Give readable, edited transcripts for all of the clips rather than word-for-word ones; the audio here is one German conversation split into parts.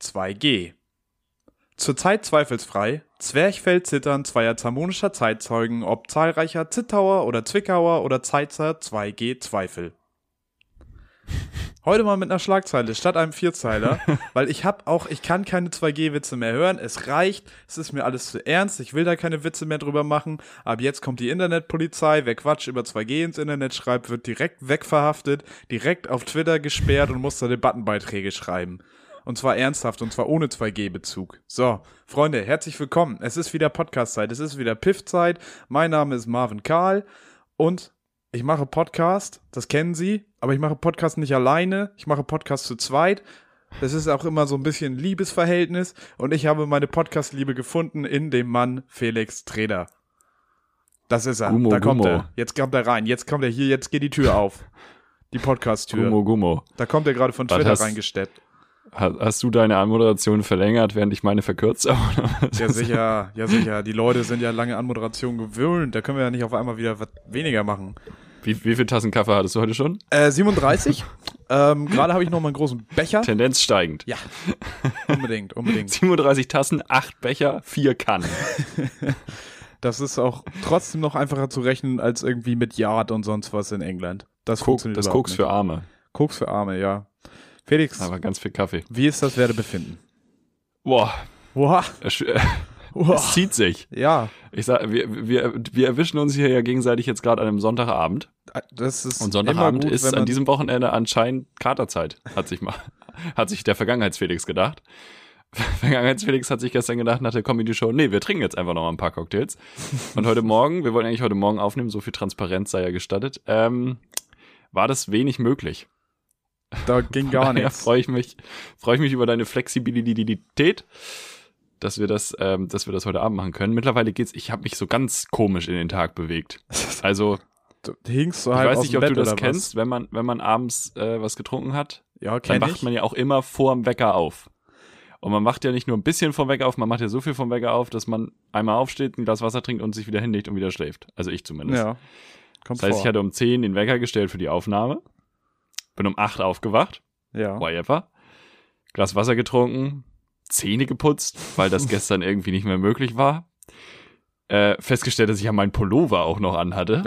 2G. Zurzeit zweifelsfrei, Zwerchfell zittern zweier harmonischer Zeitzeugen ob zahlreicher Zittauer oder Zwickauer oder Zeitzer 2G Zweifel. Heute mal mit einer Schlagzeile statt einem Vierzeiler, weil ich kann keine 2G-Witze mehr hören, es reicht, es ist mir alles zu ernst, ich will da keine Witze mehr drüber machen, ab jetzt kommt die Internetpolizei, wer Quatsch über 2G ins Internet schreibt, wird direkt wegverhaftet, direkt auf Twitter gesperrt und muss da Debattenbeiträge schreiben. Und zwar ernsthaft, und zwar ohne 2G-Bezug. So, Freunde, herzlich willkommen, es ist wieder Podcast-Zeit, es ist wieder Piff-Zeit, mein Name ist Marvin Karl und ich mache Podcast, das kennen Sie, aber ich mache Podcast nicht alleine, ich mache Podcast zu zweit. Das ist auch immer so ein bisschen Liebesverhältnis und ich habe meine Podcast-Liebe gefunden in dem Mann Felix Treder. Das ist er, da kommt er, jetzt kommt er rein, jetzt kommt er hier, jetzt geht die Tür auf, die Podcast-Tür. Gummo. Da kommt er gerade von Twitter reingesteppt. Hast du deine Anmoderation verlängert, während ich meine verkürzt habe? Ja sicher, die Leute sind ja lange Anmoderation gewöhnt, da können wir ja nicht auf einmal wieder was weniger machen. Wie viele Tassen Kaffee hattest du heute schon? 37. Gerade habe ich noch mal einen großen Becher. Tendenz steigend. Ja, unbedingt. 37 Tassen, 8 Becher, 4 Kannen. Das ist auch trotzdem noch einfacher zu rechnen als irgendwie mit Yard und sonst was in England. Das funktioniert das überhaupt Koks nicht. für Arme. Koks für Arme, ja. Felix. Aber ganz viel Kaffee. Wie ist das Werdebefinden? Boah. Es Es zieht sich. Ja. Ich sag, wir erwischen uns hier ja gegenseitig jetzt gerade an einem Sonntagabend. Das ist und Sonntagabend gut, ist an diesem Wochenende anscheinend Katerzeit, hat sich der Vergangenheitsfelix gedacht. Vergangenheitsfelix hat sich gestern gedacht nach der Comedy-Show, nee, wir trinken jetzt einfach noch mal ein paar Cocktails. Und wir wollten eigentlich heute Morgen aufnehmen, so viel Transparenz sei ja gestattet, war das wenig möglich. Da ging gar nichts. Ja, freue ich mich über deine Flexibilität, dass wir das heute Abend machen können. Mittlerweile ich habe mich so ganz komisch in den Tag bewegt. Also, du hingst so ich halb weiß aus nicht, dem ob Bett du das oder kennst, wenn man abends was getrunken hat, ja, dann wacht man ja auch immer vorm Wecker auf. Und man macht ja nicht nur ein bisschen vom Wecker auf, man macht ja so viel vom Wecker auf, dass man einmal aufsteht, ein Glas Wasser trinkt und sich wieder hinlegt und wieder schläft. Also ich zumindest. Ja, das heißt, ich hatte um 10 den Wecker gestellt für die Aufnahme, bin um 8 aufgewacht, whatever, Glas Wasser getrunken, Zähne geputzt, weil das gestern irgendwie nicht mehr möglich war. Festgestellt, dass ich ja meinen Pullover auch noch anhatte.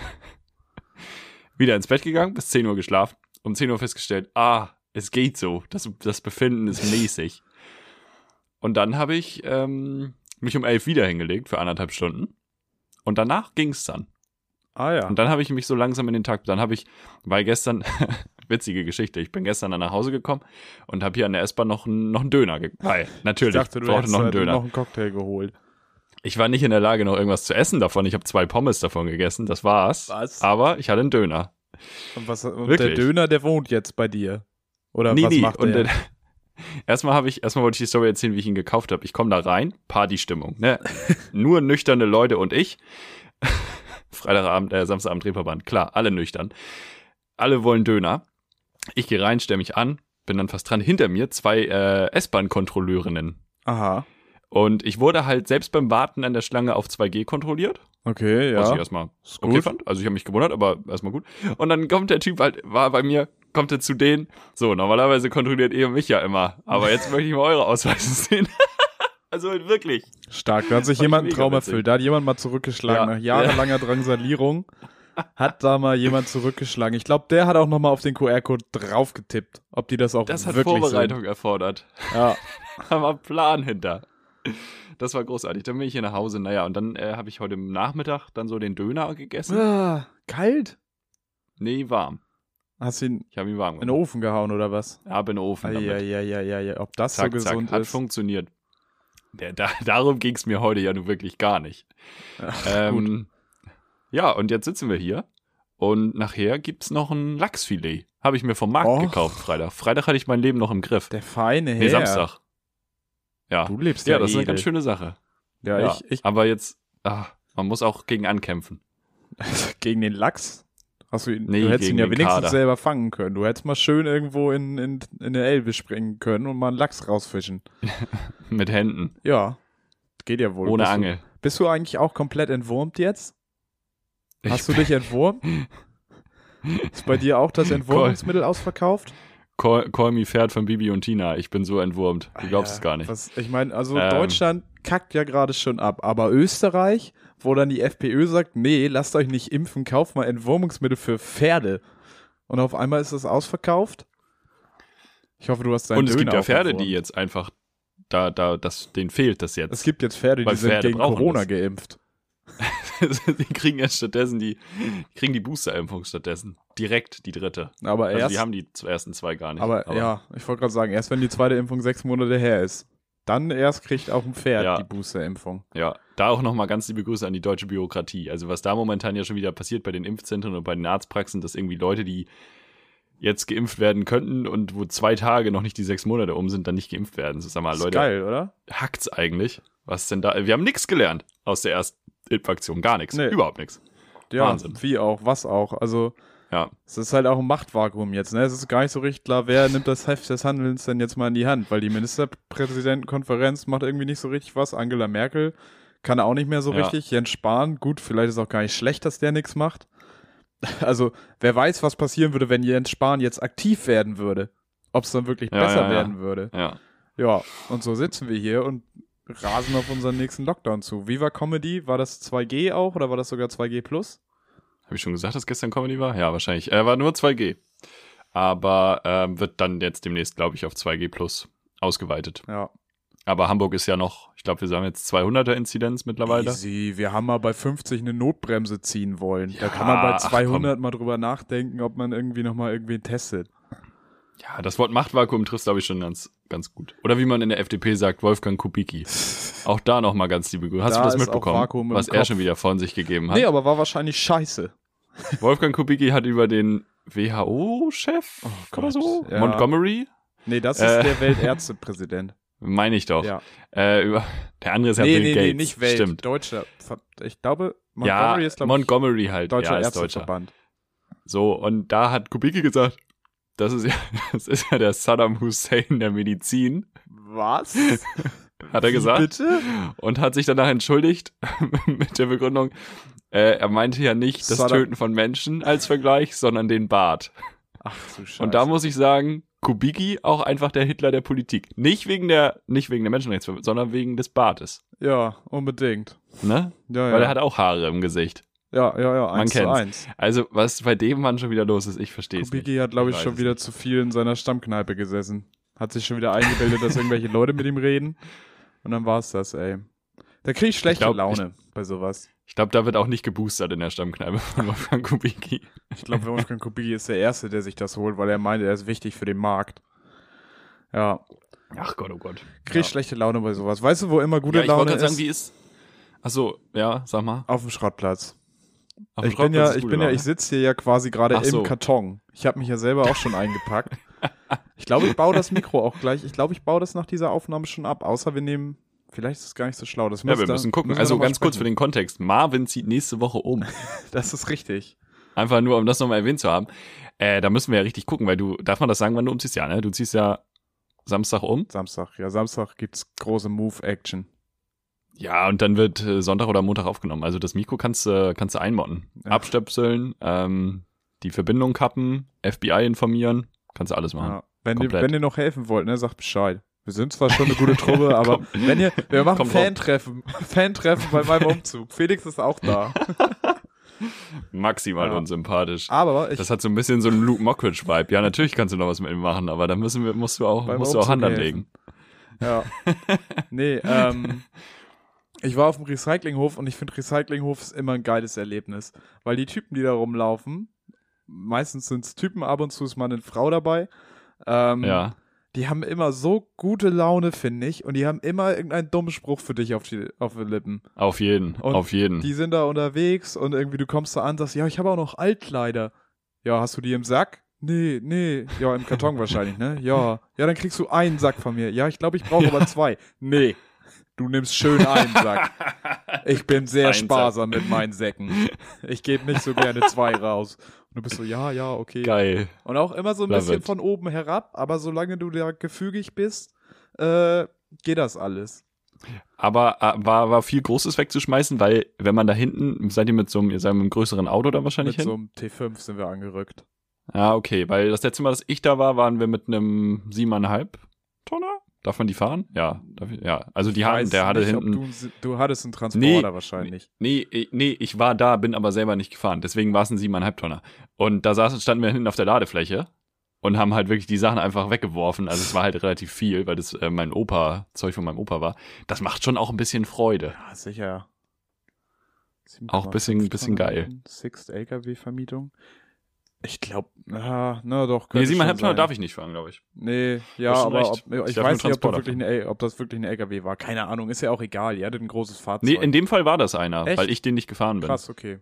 Wieder ins Bett gegangen, bis 10 Uhr geschlafen. Um 10 Uhr festgestellt, es geht so. Das Befinden ist mäßig. Und dann habe ich mich um 11 wieder hingelegt für 1,5 Stunden. Und danach ging's dann. Ja. Und dann habe ich mich so langsam in den Tag, weil gestern, witzige Geschichte, ich bin gestern dann nach Hause gekommen und habe hier an der S-Bahn noch einen Döner weil natürlich, ich dachte, du brauchte hättest noch einen Döner. noch einen Cocktail geholt. Ich war nicht in der Lage, noch irgendwas zu essen davon. Ich habe 2 Pommes davon gegessen, das war's. Was? Aber ich hatte einen Döner. Und der Döner, der wohnt jetzt bei dir? Oder Nee, was macht der? Und erstmal wollte ich die Story erzählen, wie ich ihn gekauft habe. Ich komme da rein, Partystimmung, ne? Nur nüchterne Leute und ich. Samstagabend Reeperbahn, klar, alle nüchtern. Alle wollen Döner. Ich gehe rein, stelle mich an, bin dann fast dran. Hinter mir 2 S-Bahn-Kontrolleurinnen. Aha. Und ich wurde halt selbst beim Warten an der Schlange auf 2G kontrolliert. Okay, ja. Was ich erstmal okay fand. Also ich habe mich gewundert, aber erstmal gut. Und dann kommt der Typ kommt er zu denen. So, normalerweise kontrolliert ihr mich ja immer. Aber jetzt möchte ich mal eure Ausweise sehen. Also wirklich. Stark, da hat sich jemand einen Traum erfüllt. Da hat jemand mal zurückgeschlagen. Ja. Nach jahrelanger Drangsalierung hat da mal jemand zurückgeschlagen. Ich glaube, der hat auch nochmal auf den QR-Code draufgetippt. Ob die das auch Das hat wirklich Vorbereitung sind. erfordert. Ja. Da war Plan hinter. Das war großartig. Dann bin ich hier nach Hause. Naja, und dann habe ich heute Nachmittag dann so den Döner gegessen. Kalt? Nee, warm. Hast du ihn Ich habe ihn warm in gemacht. den Ofen gehauen oder was? Ja, in den Ofen damit. Ja. Ob das Zack, so gesund zack, hat ist? funktioniert. Darum ging es mir heute ja nun wirklich gar nicht. Gut. Ja, und jetzt sitzen wir hier und nachher gibt's noch ein Lachsfilet. Habe ich mir vom Markt gekauft, Freitag. Freitag hatte ich mein Leben noch im Griff. Der feine Herr. Nee, Samstag. Ja. Du lebst Ja, ja das ist eine edel. ganz schöne Sache. Ja, ich Aber jetzt, man muss auch gegen ankämpfen. gegen den Lachs? Hast du ihn? Nee, du hättest ihn gegen ja den wenigstens Kader. selber fangen können. Du hättest mal schön irgendwo in der Elbe springen können und mal einen Lachs rausfischen. Mit Händen. Ja, geht ja wohl. Ohne Angel. Bist du eigentlich auch komplett entwurmt jetzt? Hast du dich entwurmt? Ist bei dir auch das Entwurmungsmittel ausverkauft? Call Me Pferd von Bibi und Tina. Ich bin so entwurmt. Du glaubst es gar nicht. Ich meine, also Deutschland kackt ja gerade schon ab, aber Österreich, wo dann die FPÖ sagt, nee, lasst euch nicht impfen, kauft mal Entwurmungsmittel für Pferde. Und auf einmal ist das ausverkauft. Ich hoffe, du hast deinen Und es Döner gibt ja Pferde, aufgewurmt. die jetzt einfach, denen fehlt das jetzt. Es gibt jetzt Pferde, die sind Pferde gegen brauchen Corona das. geimpft. Die kriegen jetzt stattdessen die Booster-Impfung stattdessen. Direkt die dritte. Aber Also erst, die haben die ersten zwei gar nicht. aber ja, ich wollte gerade sagen, erst wenn die zweite Impfung 6 Monate her ist, dann erst kriegt auch ein Pferd die Booster-Impfung. Ja, da auch nochmal ganz liebe Grüße an die deutsche Bürokratie. Also was da momentan ja schon wieder passiert bei den Impfzentren und bei den Arztpraxen, dass irgendwie Leute, die jetzt geimpft werden könnten und wo 2 Tage noch nicht die 6 Monate um sind, dann nicht geimpft werden. Sag mal, Das ist Leute, geil, oder? hackt's eigentlich? Was denn da? Wir haben nichts gelernt aus der ersten Impfaktion. Gar nichts. Nee. Überhaupt nichts. Ja, Wahnsinn. wie auch, was auch. Also, Ja. es ist halt auch ein Machtvakuum jetzt, ne? Es ist gar nicht so richtig klar, wer nimmt das Heft des Handelns denn jetzt mal in die Hand, weil die Ministerpräsidentenkonferenz macht irgendwie nicht so richtig was. Angela Merkel kann auch nicht mehr so Ja. richtig. Jens Spahn, gut, vielleicht ist auch gar nicht schlecht, dass der nichts macht. Also, wer weiß, was passieren würde, wenn Jens Spahn jetzt aktiv werden würde. Ob es dann wirklich Ja, besser ja, ja. werden würde. Ja. Ja, und so sitzen wir hier und rasen auf unseren nächsten Lockdown zu. Viva Comedy, war das 2G auch oder war das sogar 2G plus? Habe ich schon gesagt, dass gestern Comedy war? Ja, wahrscheinlich. War nur 2G. Aber wird dann jetzt demnächst, glaube ich, auf 2G plus ausgeweitet. Ja. Aber Hamburg ist ja noch, ich glaube, wir haben jetzt 200er-Inzidenz mittlerweile. Easy, wir haben mal bei 50 eine Notbremse ziehen wollen. Da Ja, kann man bei ach, 200 mal drüber nachdenken, ob man irgendwie nochmal irgendwen testet. Ja, das Wort Machtvakuum trifft, glaube ich, schon ganz gut. Oder wie man in der FDP sagt, Wolfgang Kubicki. Auch da nochmal ganz liebe Grüße. Hast Da du das ist auch mitbekommen, Vakuum im was er Kopf. schon wieder von sich gegeben hat? Nee, aber war wahrscheinlich scheiße. Wolfgang Kubicki hat über den WHO-Chef oder Gott, so, ja. Montgomery, Nee, das ist der Weltärztepräsident. meine ich doch. Ja. Über, der andere ist ja Nee, Bill nee, Gates. nee, nicht Welt. Stimmt. Deutscher. Ich glaube, Montgomery Ja, ist, glaube ich, Montgomery halt. Deutscher ja, ist Deutscher. Ärzteverband. So, und da hat Kubicki gesagt, das ist ja der Saddam Hussein der Medizin, Was? hat er Wie gesagt. Bitte? Und hat sich danach entschuldigt mit der Begründung, er meinte ja nicht das Saddam- Töten von Menschen als Vergleich, sondern den Bart. Ach du Scheiße. Und da muss ich sagen, Kubicki auch einfach der Hitler der Politik. Nicht wegen der Menschenrechtsverletzung, sondern wegen des Bartes. Ja, unbedingt. Ne? Ja, ja. Weil er hat auch Haare im Gesicht. Ja, Man 1 zu kennt's. 1. Also, was bei dem Mann schon wieder los ist, ich verstehe es nicht. Kubicki hat, glaube ich, weiß schon es wieder nicht. zu viel in seiner Stammkneipe gesessen. Hat sich schon wieder eingebildet, dass irgendwelche Leute mit ihm reden. Und dann war's das, ey. Da krieg ich schlechte Laune bei sowas. Ich glaube, da wird auch nicht geboostert in der Stammkneipe von Wolfgang Kubicki. Ich glaube, Wolfgang Kubicki ist der Erste, der sich das holt, weil er meint, er ist wichtig für den Markt. Ja, Ach Gott, oh Gott. krieg ich schlechte Laune bei sowas. Weißt du, wo immer gute Ja, ich wollte Laune gerade sagen, ist? wie ist. Achso, ja, sag mal. Auf dem Schrottplatz. Auf dem Ich bin Schrottplatz ja, ist ich gute bin ja, Laune. ich sitze hier ja quasi gerade Ach so. im Karton. Ich habe mich ja selber auch schon eingepackt. Ich glaube, ich baue das Mikro auch gleich. Ich glaube, ich baue das nach dieser Aufnahme schon ab. Außer wir nehmen, vielleicht ist es gar nicht so schlau. Das Ja, wir müssen gucken. Also ganz kurz für den Kontext. Marvin zieht nächste Woche um. Das ist richtig. Einfach nur, um das nochmal erwähnt zu haben. Da müssen wir ja richtig gucken, weil darf man das sagen, wann du umziehst? Ja, ne? Du ziehst ja Samstag um. Samstag. Ja, Samstag gibt's große Move-Action. Ja, und dann wird Sonntag oder Montag aufgenommen. Also das Mikro kannst du einmotten. Ja. Abstöpseln, die Verbindung kappen, FBI informieren. Kannst du alles machen. Ja. Wenn Komplett. ihr noch helfen wollt, ne, sagt Bescheid. Wir sind zwar schon eine gute Truppe, aber Komm. wir machen Kommt drauf. Fan-Treffen bei meinem Umzug. Felix ist auch da. Maximal Ja. unsympathisch. Aber Das hat so ein bisschen so einen Luke Mockridge-Vibe. Ja, natürlich kannst du noch was mit ihm machen, aber da musst du auch Beim Hand Umzug anlegen. Ja. Nee, ich war auf dem Recyclinghof und ich finde Recyclinghof ist immer ein geiles Erlebnis. Weil die Typen, die da rumlaufen, meistens sind es Typen, ab und zu ist mal eine Frau dabei, Ja. die haben immer so gute Laune, finde ich, und die haben immer irgendeinen dummen Spruch für dich auf die Lippen. Auf jeden, Und auf jeden. Die sind da unterwegs und irgendwie du kommst da an, sagst, ja, ich habe auch noch Altkleider. Ja, hast du die im Sack? Nee. Ja, im Karton wahrscheinlich, ne? Ja, dann kriegst du einen Sack von mir. Ja, ich glaube, ich brauche aber 2. Nee, du nimmst schön einen Sack. Ich bin sehr Ein sparsam mit meinen Säcken. Ich gebe nicht so gerne 2 raus. Und du bist so, ja, okay. Geil. Und auch immer so ein Love bisschen it. von oben herab, aber solange du da gefügig bist, geht das alles. Aber war viel Großes wegzuschmeißen, weil wenn man da hinten, seid ihr mit so einem größeren Auto da wahrscheinlich Mit hin? so einem T5 sind wir angerückt. Ja, okay, weil das letzte Mal, dass ich da war, waren wir mit einem 7,5 Tonner. Darf man die fahren? Ja, ja. Also der hatte nicht, hinten. Du hattest einen Transporter wahrscheinlich. Nee, ich war da, bin aber selber nicht gefahren. Deswegen war es ein 7,5 Tonner. Und da standen wir hinten auf der Ladefläche und haben halt wirklich die Sachen einfach weggeworfen. Also es war halt relativ viel, weil das Zeug von meinem Opa war. Das macht schon auch ein bisschen Freude. Ja, sicher. Auch ein bisschen geil. Sixt LKW-Vermietung. Ich glaube, na doch. Nee, 7,5 Tonner darf ich nicht fahren, glaube ich. Nee, ja, aber ich darf weiß nicht, ob das wirklich ein fahren. LKW war. Keine Ahnung, ist ja auch egal. Ihr hattet ein großes Fahrzeug. Nee, in dem Fall war das einer, Echt? weil ich den nicht gefahren bin. Krass, okay.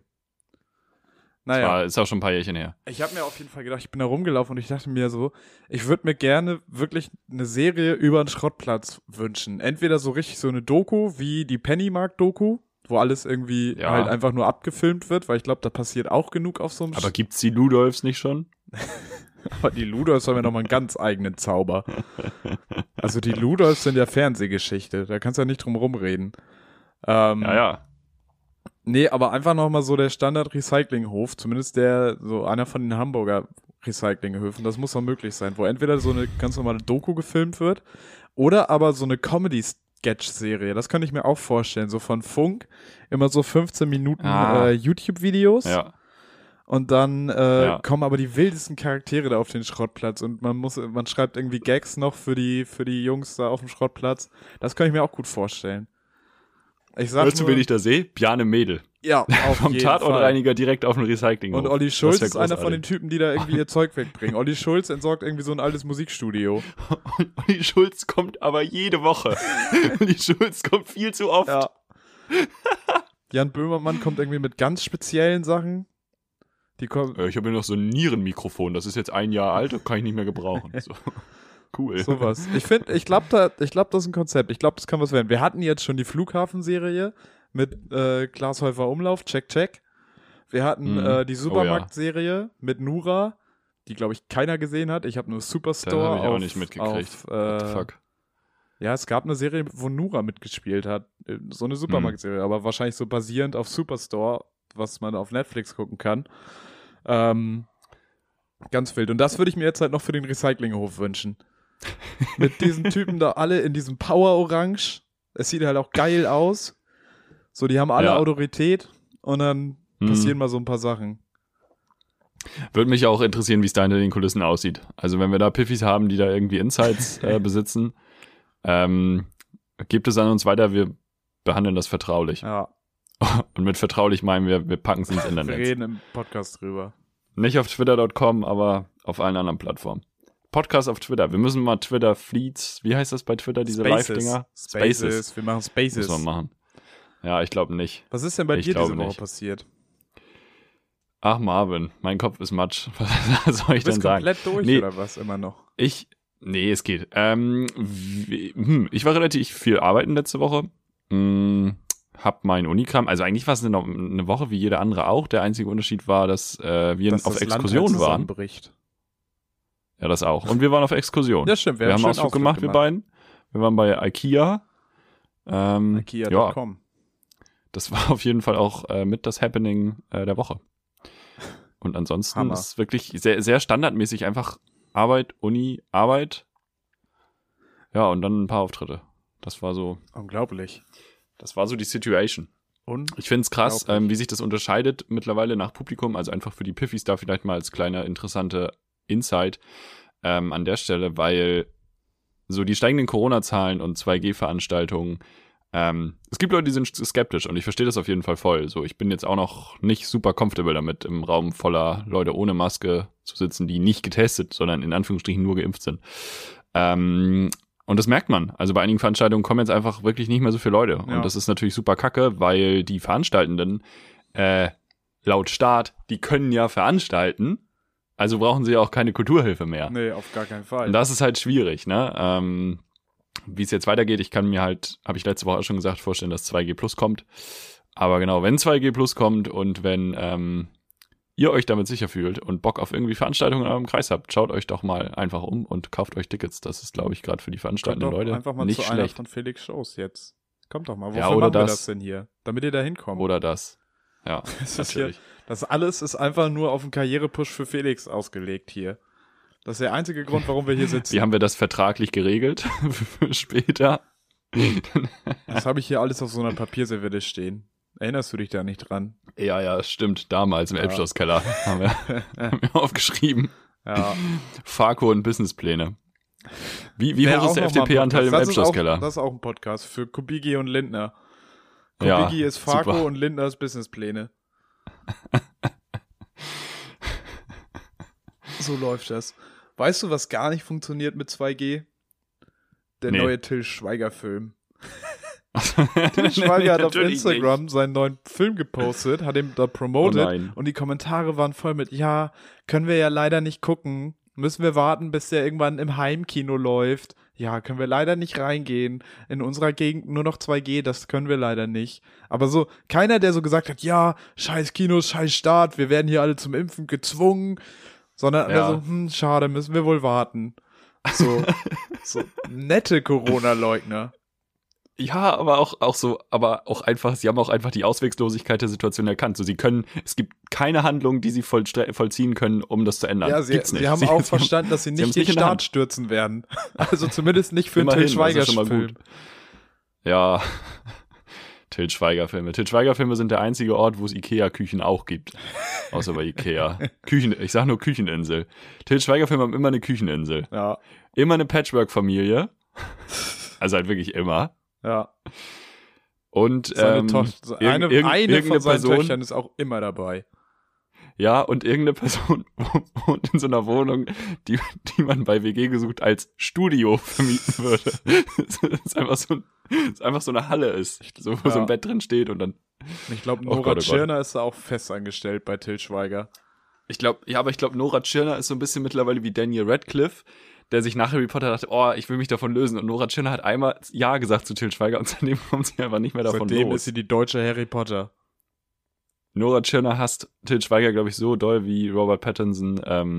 Naja. Ist auch schon ein paar Jährchen her. Ich habe mir auf jeden Fall gedacht, ich bin da rumgelaufen und ich dachte mir so, ich würde mir gerne wirklich eine Serie über einen Schrottplatz wünschen. Entweder so richtig so eine Doku wie die Pennymarkt-Doku, wo alles irgendwie halt einfach nur abgefilmt wird, weil ich glaube, da passiert auch genug auf so einem Aber gibt's die Ludolfs nicht schon? Aber die Ludolfs haben ja nochmal einen ganz eigenen Zauber. Also die Ludolfs sind ja Fernsehgeschichte, da kannst du ja nicht drum rumreden. Ja. Nee, aber einfach nochmal so der Standard-Recyclinghof, zumindest einer von den Hamburger Recyclinghöfen, das muss doch möglich sein, wo entweder so eine ganz normale Doku gefilmt wird oder aber so eine Comedy-Sketch-Serie, das könnte ich mir auch vorstellen, so von Funk, immer so 15 Minuten YouTube-Videos. Ja. Und dann kommen aber die wildesten Charaktere da auf den Schrottplatz und man schreibt irgendwie Gags noch für die Jungs da auf dem Schrottplatz. Das kann ich mir auch gut vorstellen. Weißt du, wen ich da sehe? Bjarne Mädel. Ja, auf vom jeden Fall. Tatortreiniger direkt auf dem Recycling. Und Olli Schulz ist einer von den Typen, die da irgendwie ihr Zeug wegbringen. Olli Schulz entsorgt irgendwie so ein altes Musikstudio. Und Olli Schulz kommt aber jede Woche. Olli Schulz kommt viel zu oft. Ja. Jan Böhmermann kommt irgendwie mit ganz speziellen Sachen. Ich habe hier noch so ein Nierenmikrofon, das ist jetzt 1 Jahr alt, das kann ich nicht mehr gebrauchen. So. Cool. Sowas. Ich glaube, das ist ein Konzept. Ich glaube, das kann was werden. Wir hatten jetzt schon die Flughafenserie mit Klaas Häufer Umlauf, check. Wir hatten die Supermarktserie mit Nura, die, glaube ich, keiner gesehen hat. Ich habe nur Superstore. Da habe ich auch nicht mitgekriegt. What the fuck? Ja, es gab eine Serie, wo Nura mitgespielt hat. So eine Supermarktserie, aber wahrscheinlich so basierend auf Superstore, was man auf Netflix gucken kann. Ganz wild. Und das würde ich mir jetzt halt noch für den Recyclinghof wünschen. Mit diesen Typen da alle in diesem Power-Orange. Es sieht halt auch geil aus. So, die haben alle Autorität und dann passieren mal so ein paar Sachen. Würde mich auch interessieren, wie es da hinter den Kulissen aussieht. Also wenn wir da Piffis haben, die da irgendwie Insights besitzen, gebt es an uns weiter, wir behandeln das vertraulich. Ja. Und mit vertraulich meinen wir packen es ins Internet. Wir reden im Podcast drüber. Nicht auf twitter.com, aber auf allen anderen Plattformen. Podcast auf Twitter. Wir müssen mal Twitter-Fleets, wie heißt das bei Twitter, diese Live-Dinger? Spaces. Wir machen Spaces. Muss man machen. Ja, ich glaube nicht. Was ist denn bei dir diese Woche passiert? Ach, Marvin, mein Kopf ist Matsch. Was soll ich denn sagen? Du bist komplett durch oder was immer noch? Nee, es geht. Ich war relativ viel arbeiten letzte Woche. Hab mein Unikram, also eigentlich war es eine Woche wie jede andere auch. Der einzige Unterschied war, dass wir auf Exkursion waren. Ja, das auch. Und wir waren auf Exkursion. Ja, stimmt. Wir haben Ausflug gemacht, wir beiden. Wir waren bei IKEA. IKEA.com. Das war auf jeden Fall auch mit das Happening der Woche. Und ansonsten ist es wirklich sehr, sehr standardmäßig einfach Arbeit, Uni, Arbeit. Ja, und dann ein paar Auftritte. Das war so. Unglaublich. Das war so die Situation. Und ich finde es krass, wie sich das unterscheidet mittlerweile nach Publikum. Also einfach für die Piffis da vielleicht mal als kleiner interessante Insight an der Stelle, weil so die steigenden Corona-Zahlen und 2G-Veranstaltungen, es gibt Leute, die sind skeptisch und ich verstehe das auf jeden Fall voll. So, ich bin jetzt auch noch nicht super comfortable damit, im Raum voller Leute ohne Maske zu sitzen, die nicht getestet, sondern in Anführungsstrichen nur geimpft sind. Und das merkt man. Also bei einigen Veranstaltungen kommen jetzt einfach wirklich nicht mehr so viele Leute. Ja. Und das ist natürlich super kacke, weil die Veranstaltenden laut Staat, die können ja veranstalten, also brauchen sie ja auch keine Kulturhilfe mehr. Nee, auf gar keinen Fall. Und das ist halt schwierig, ne? Wie es jetzt weitergeht, ich kann mir halt, habe ich letzte Woche auch schon gesagt, vorstellen, dass 2G Plus kommt. Aber genau, wenn 2G Plus kommt und wenn ihr euch damit sicher fühlt und Bock auf irgendwie Veranstaltungen in eurem Kreis habt, schaut euch doch mal einfach um und kauft euch Tickets. Das ist, glaube ich, gerade für die veranstaltenden Leute einfach mal nicht zu schlecht. Einer von Felix Shows jetzt. Kommt doch mal. Wofür machen wir das denn hier? Damit ihr da hinkommt. Oder das. Ja, das Das alles ist einfach nur auf einen Karrierepush für Felix ausgelegt hier. Das ist der einzige Grund, warum wir hier sitzen. Wie haben wir das vertraglich geregelt für später? Das habe ich hier alles auf so einer Papierserviette stehen. Erinnerst du dich da nicht dran? Ja, stimmt. Damals im Elbschlosskeller haben wir aufgeschrieben. Ja. Farco und Businesspläne. Wie hoch ist der FDP-Anteil im Elbschlosskeller? Das ist auch ein Podcast für Kubicki und Lindner. Ja, Kubicki ist Farco super. und Lindner ist Businesspläne. So läuft das. Weißt du, was gar nicht funktioniert mit 2G? Der neue Till Schweiger-Film. Till Schweiger hat auf Instagram seinen neuen Film gepostet, hat ihn da promotet und die Kommentare waren voll mit, ja, können wir ja leider nicht gucken, müssen wir warten, bis der irgendwann im Heimkino läuft. Ja, können wir leider nicht reingehen. In unserer Gegend nur noch 2G, das können wir leider nicht. Aber so, keiner, der so gesagt hat, ja, scheiß Kinos, scheiß Staat, wir werden hier alle zum Impfen gezwungen, sondern alle so, schade, müssen wir wohl warten. So nette Corona-Leugner. Ja, aber auch einfach, sie haben auch einfach die Ausweglosigkeit der Situation erkannt. So, es gibt keine Handlung, die sie vollziehen können, um das zu ändern. Ja, sie haben auch verstanden, dass sie nicht den Staat stürzen werden. Also zumindest nicht für einen Till Schweiger-Film. Ja, Till Schweiger-Filme. Till Schweiger-Filme sind der einzige Ort, wo es Ikea-Küchen auch gibt. Außer bei Ikea. Ich sag nur Kücheninsel. Till Schweiger-Filme haben immer eine Kücheninsel. Ja. Immer eine Patchwork-Familie. Also halt wirklich immer. Ja. Und eine von seinen Person, Töchtern ist auch immer dabei. Ja, und irgendeine Person wohnt in so einer Wohnung, die man bei WG gesucht als Studio vermieten würde. Das ist einfach so eine Halle ist, wo so ein Bett drin steht und dann. Ich glaube, Nora Tschirner ist da auch festangestellt bei Till Schweiger. Ich glaube, Nora Tschirner ist so ein bisschen mittlerweile wie Daniel Radcliffe, der sich nach Harry Potter dachte, oh, ich will mich davon lösen. Und Nora Tschirner hat einmal Ja gesagt zu Till Schweiger und seitdem kommt sie einfach nicht mehr davon los. Seitdem ist sie die deutsche Harry Potter. Nora Tschirner hasst Till Schweiger, glaube ich, so doll wie Robert Pattinson,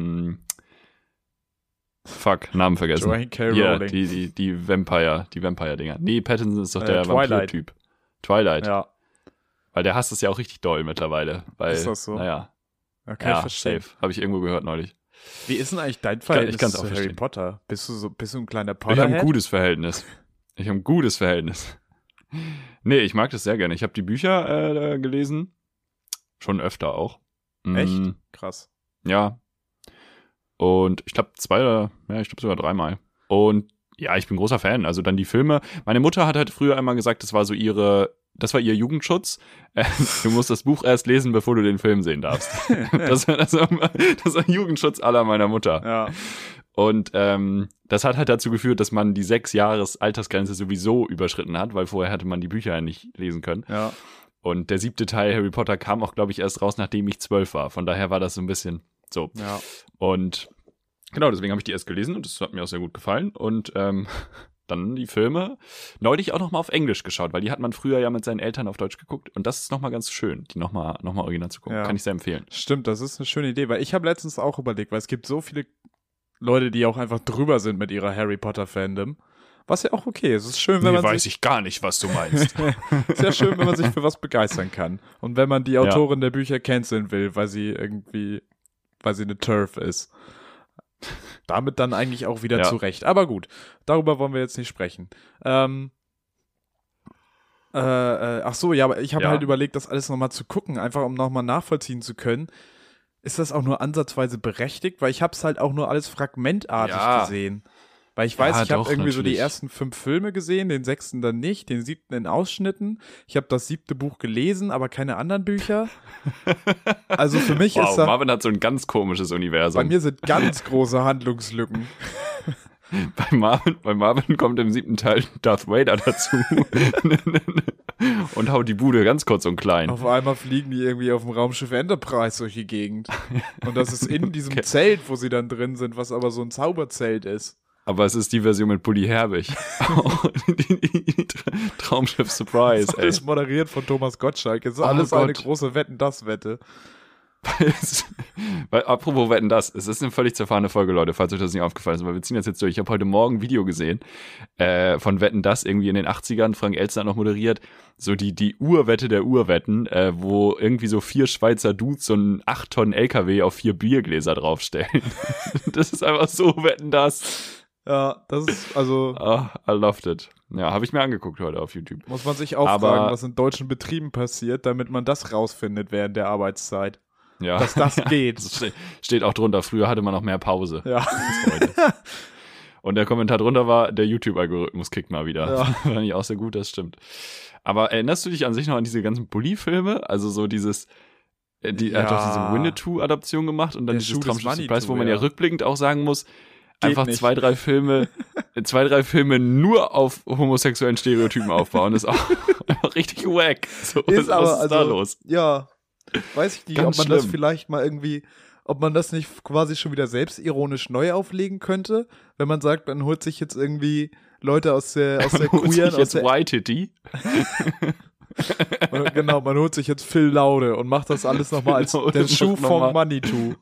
Namen vergessen. Joanne K. Rowling. Die Vampire-Dinger. Nee, Pattinson ist doch der Vampir-Typ. Twilight. Ja. Weil der hasst es ja auch richtig doll mittlerweile. Weil, ist das so? Naja. Okay, ja, verstehe. safe. Habe ich irgendwo gehört neulich. Wie ist denn eigentlich dein Verhältnis zu Harry Potter? Bist du ein kleiner Potterhead? Ich habe ein gutes Verhältnis. Nee, ich mag das sehr gerne. Ich habe die Bücher gelesen. Schon öfter auch. Echt? Krass. Ja. Und ich glaube sogar 3-mal. Und ja, ich bin großer Fan. Also dann die Filme. Meine Mutter hat halt früher einmal gesagt, das war ihr Jugendschutz. Du musst das Buch erst lesen, bevor du den Film sehen darfst. Das war Jugendschutz aller meiner Mutter. Ja. Und das hat halt dazu geführt, dass man die 6 Jahres Altersgrenze sowieso überschritten hat, weil vorher hätte man die Bücher ja nicht lesen können. Ja. Und der 7. Teil Harry Potter kam auch, glaube ich, erst raus, nachdem ich 12 war. Von daher war das so ein bisschen so. Ja. Und genau, deswegen habe ich die erst gelesen und das hat mir auch sehr gut gefallen. Und dann die Filme neulich auch nochmal auf Englisch geschaut, weil die hat man früher ja mit seinen Eltern auf Deutsch geguckt. Und das ist nochmal ganz schön, die nochmal original zu gucken. Ja. Kann ich sehr empfehlen. Stimmt, das ist eine schöne Idee, weil ich habe letztens auch überlegt, weil es gibt so viele Leute, die auch einfach drüber sind mit ihrer Harry Potter-Fandom. Was ja auch okay ist. Es ist schön, wenn man weiß ich gar nicht, was du meinst. Es ist ja schön, wenn man sich für was begeistern kann. Und wenn man die Autorin der Bücher canceln will, weil sie eine TERF ist. Damit dann eigentlich auch wieder zurecht. Aber gut, darüber wollen wir jetzt nicht sprechen. Ach so, ja, aber ich habe halt überlegt, das alles nochmal zu gucken, einfach um nochmal nachvollziehen zu können. Ist das auch nur ansatzweise berechtigt? Weil ich habe es halt auch nur alles fragmentartig gesehen. Weil ich weiß, ich habe irgendwie so die ersten 5 Filme gesehen, den 6. dann nicht, den 7. in Ausschnitten. Ich habe das 7. Buch gelesen, aber keine anderen Bücher. Also für mich ist das... Marvin hat so ein ganz komisches Universum. Bei mir sind ganz große Handlungslücken. Bei Marvin kommt im 7. Teil Darth Vader dazu und haut die Bude ganz kurz und klein. Auf einmal fliegen die irgendwie auf dem Raumschiff Enterprise durch die Gegend. Und das ist in diesem Zelt, wo sie dann drin sind, was aber so ein Zauberzelt ist. Aber es ist die Version mit Bully Herbig. Die Traumschiff Surprise, das ist moderiert von Thomas Gottschalk. Es ist alles eine große Wetten-das-Wette. Weil, apropos Wetten, das. Es ist eine völlig zerfahrene Folge, Leute, falls euch das nicht aufgefallen ist, weil wir ziehen das jetzt durch. Ich habe heute Morgen ein Video gesehen von Wetten, das irgendwie in den 80ern. Frank Elstner hat noch moderiert. So die Urwette der Urwetten, wo irgendwie so 4 Schweizer Dudes so einen 8 Tonnen LKW auf 4 Biergläser draufstellen. Das ist einfach so Wetten, das. Ja, das ist, also... I loved it. Ja, habe ich mir angeguckt heute auf YouTube. Muss man sich auch fragen, was in deutschen Betrieben passiert, damit man das rausfindet während der Arbeitszeit. Ja. Dass das geht. Das steht auch drunter. Früher hatte man noch mehr Pause. Ja. Als heute. Und der Kommentar drunter war, der YouTube-Algorithmus kickt mal wieder. Ja. Fand ich auch sehr gut, das stimmt. Aber erinnerst du dich an sich noch an diese ganzen Bully-Filme? Also so dieses... Er hat doch diese Winnetou-Adaption gemacht und dann dieses Traumschiff Preis, wo man ja rückblickend auch sagen muss, einfach nicht. 2-3 Filme nur auf homosexuellen Stereotypen aufbauen, ist auch einfach richtig wack. So, ist aber, was ist da los? Ja, weiß ich nicht, Ganz ob man das schlimm. vielleicht mal irgendwie, ob man das nicht quasi schon wieder selbstironisch neu auflegen könnte, wenn man sagt, man holt sich jetzt irgendwie Leute aus der queeren, jetzt White-Titty. Genau, man holt sich jetzt Phil Laude und macht das alles nochmal als Genau, der das Schuh macht vom nochmal. Manitou.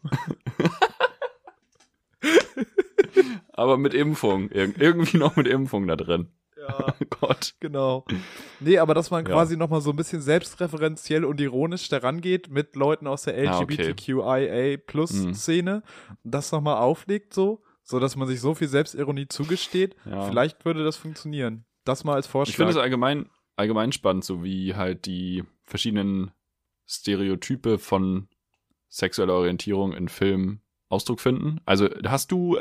Aber mit Impfung. Irgendwie noch mit Impfung da drin. Ja, Oh Gott. genau. Nee, aber dass man Ja. quasi nochmal so ein bisschen selbstreferenziell und ironisch daran geht mit Leuten aus der okay. LGBTQIA+-Szene und das nochmal auflegt so dass man sich so viel Selbstironie zugesteht. Ja. Vielleicht würde das funktionieren. Das mal als Vorschlag. Ich finde es allgemein spannend, so wie halt die verschiedenen Stereotype von sexueller Orientierung in Filmen Ausdruck finden. Also hast du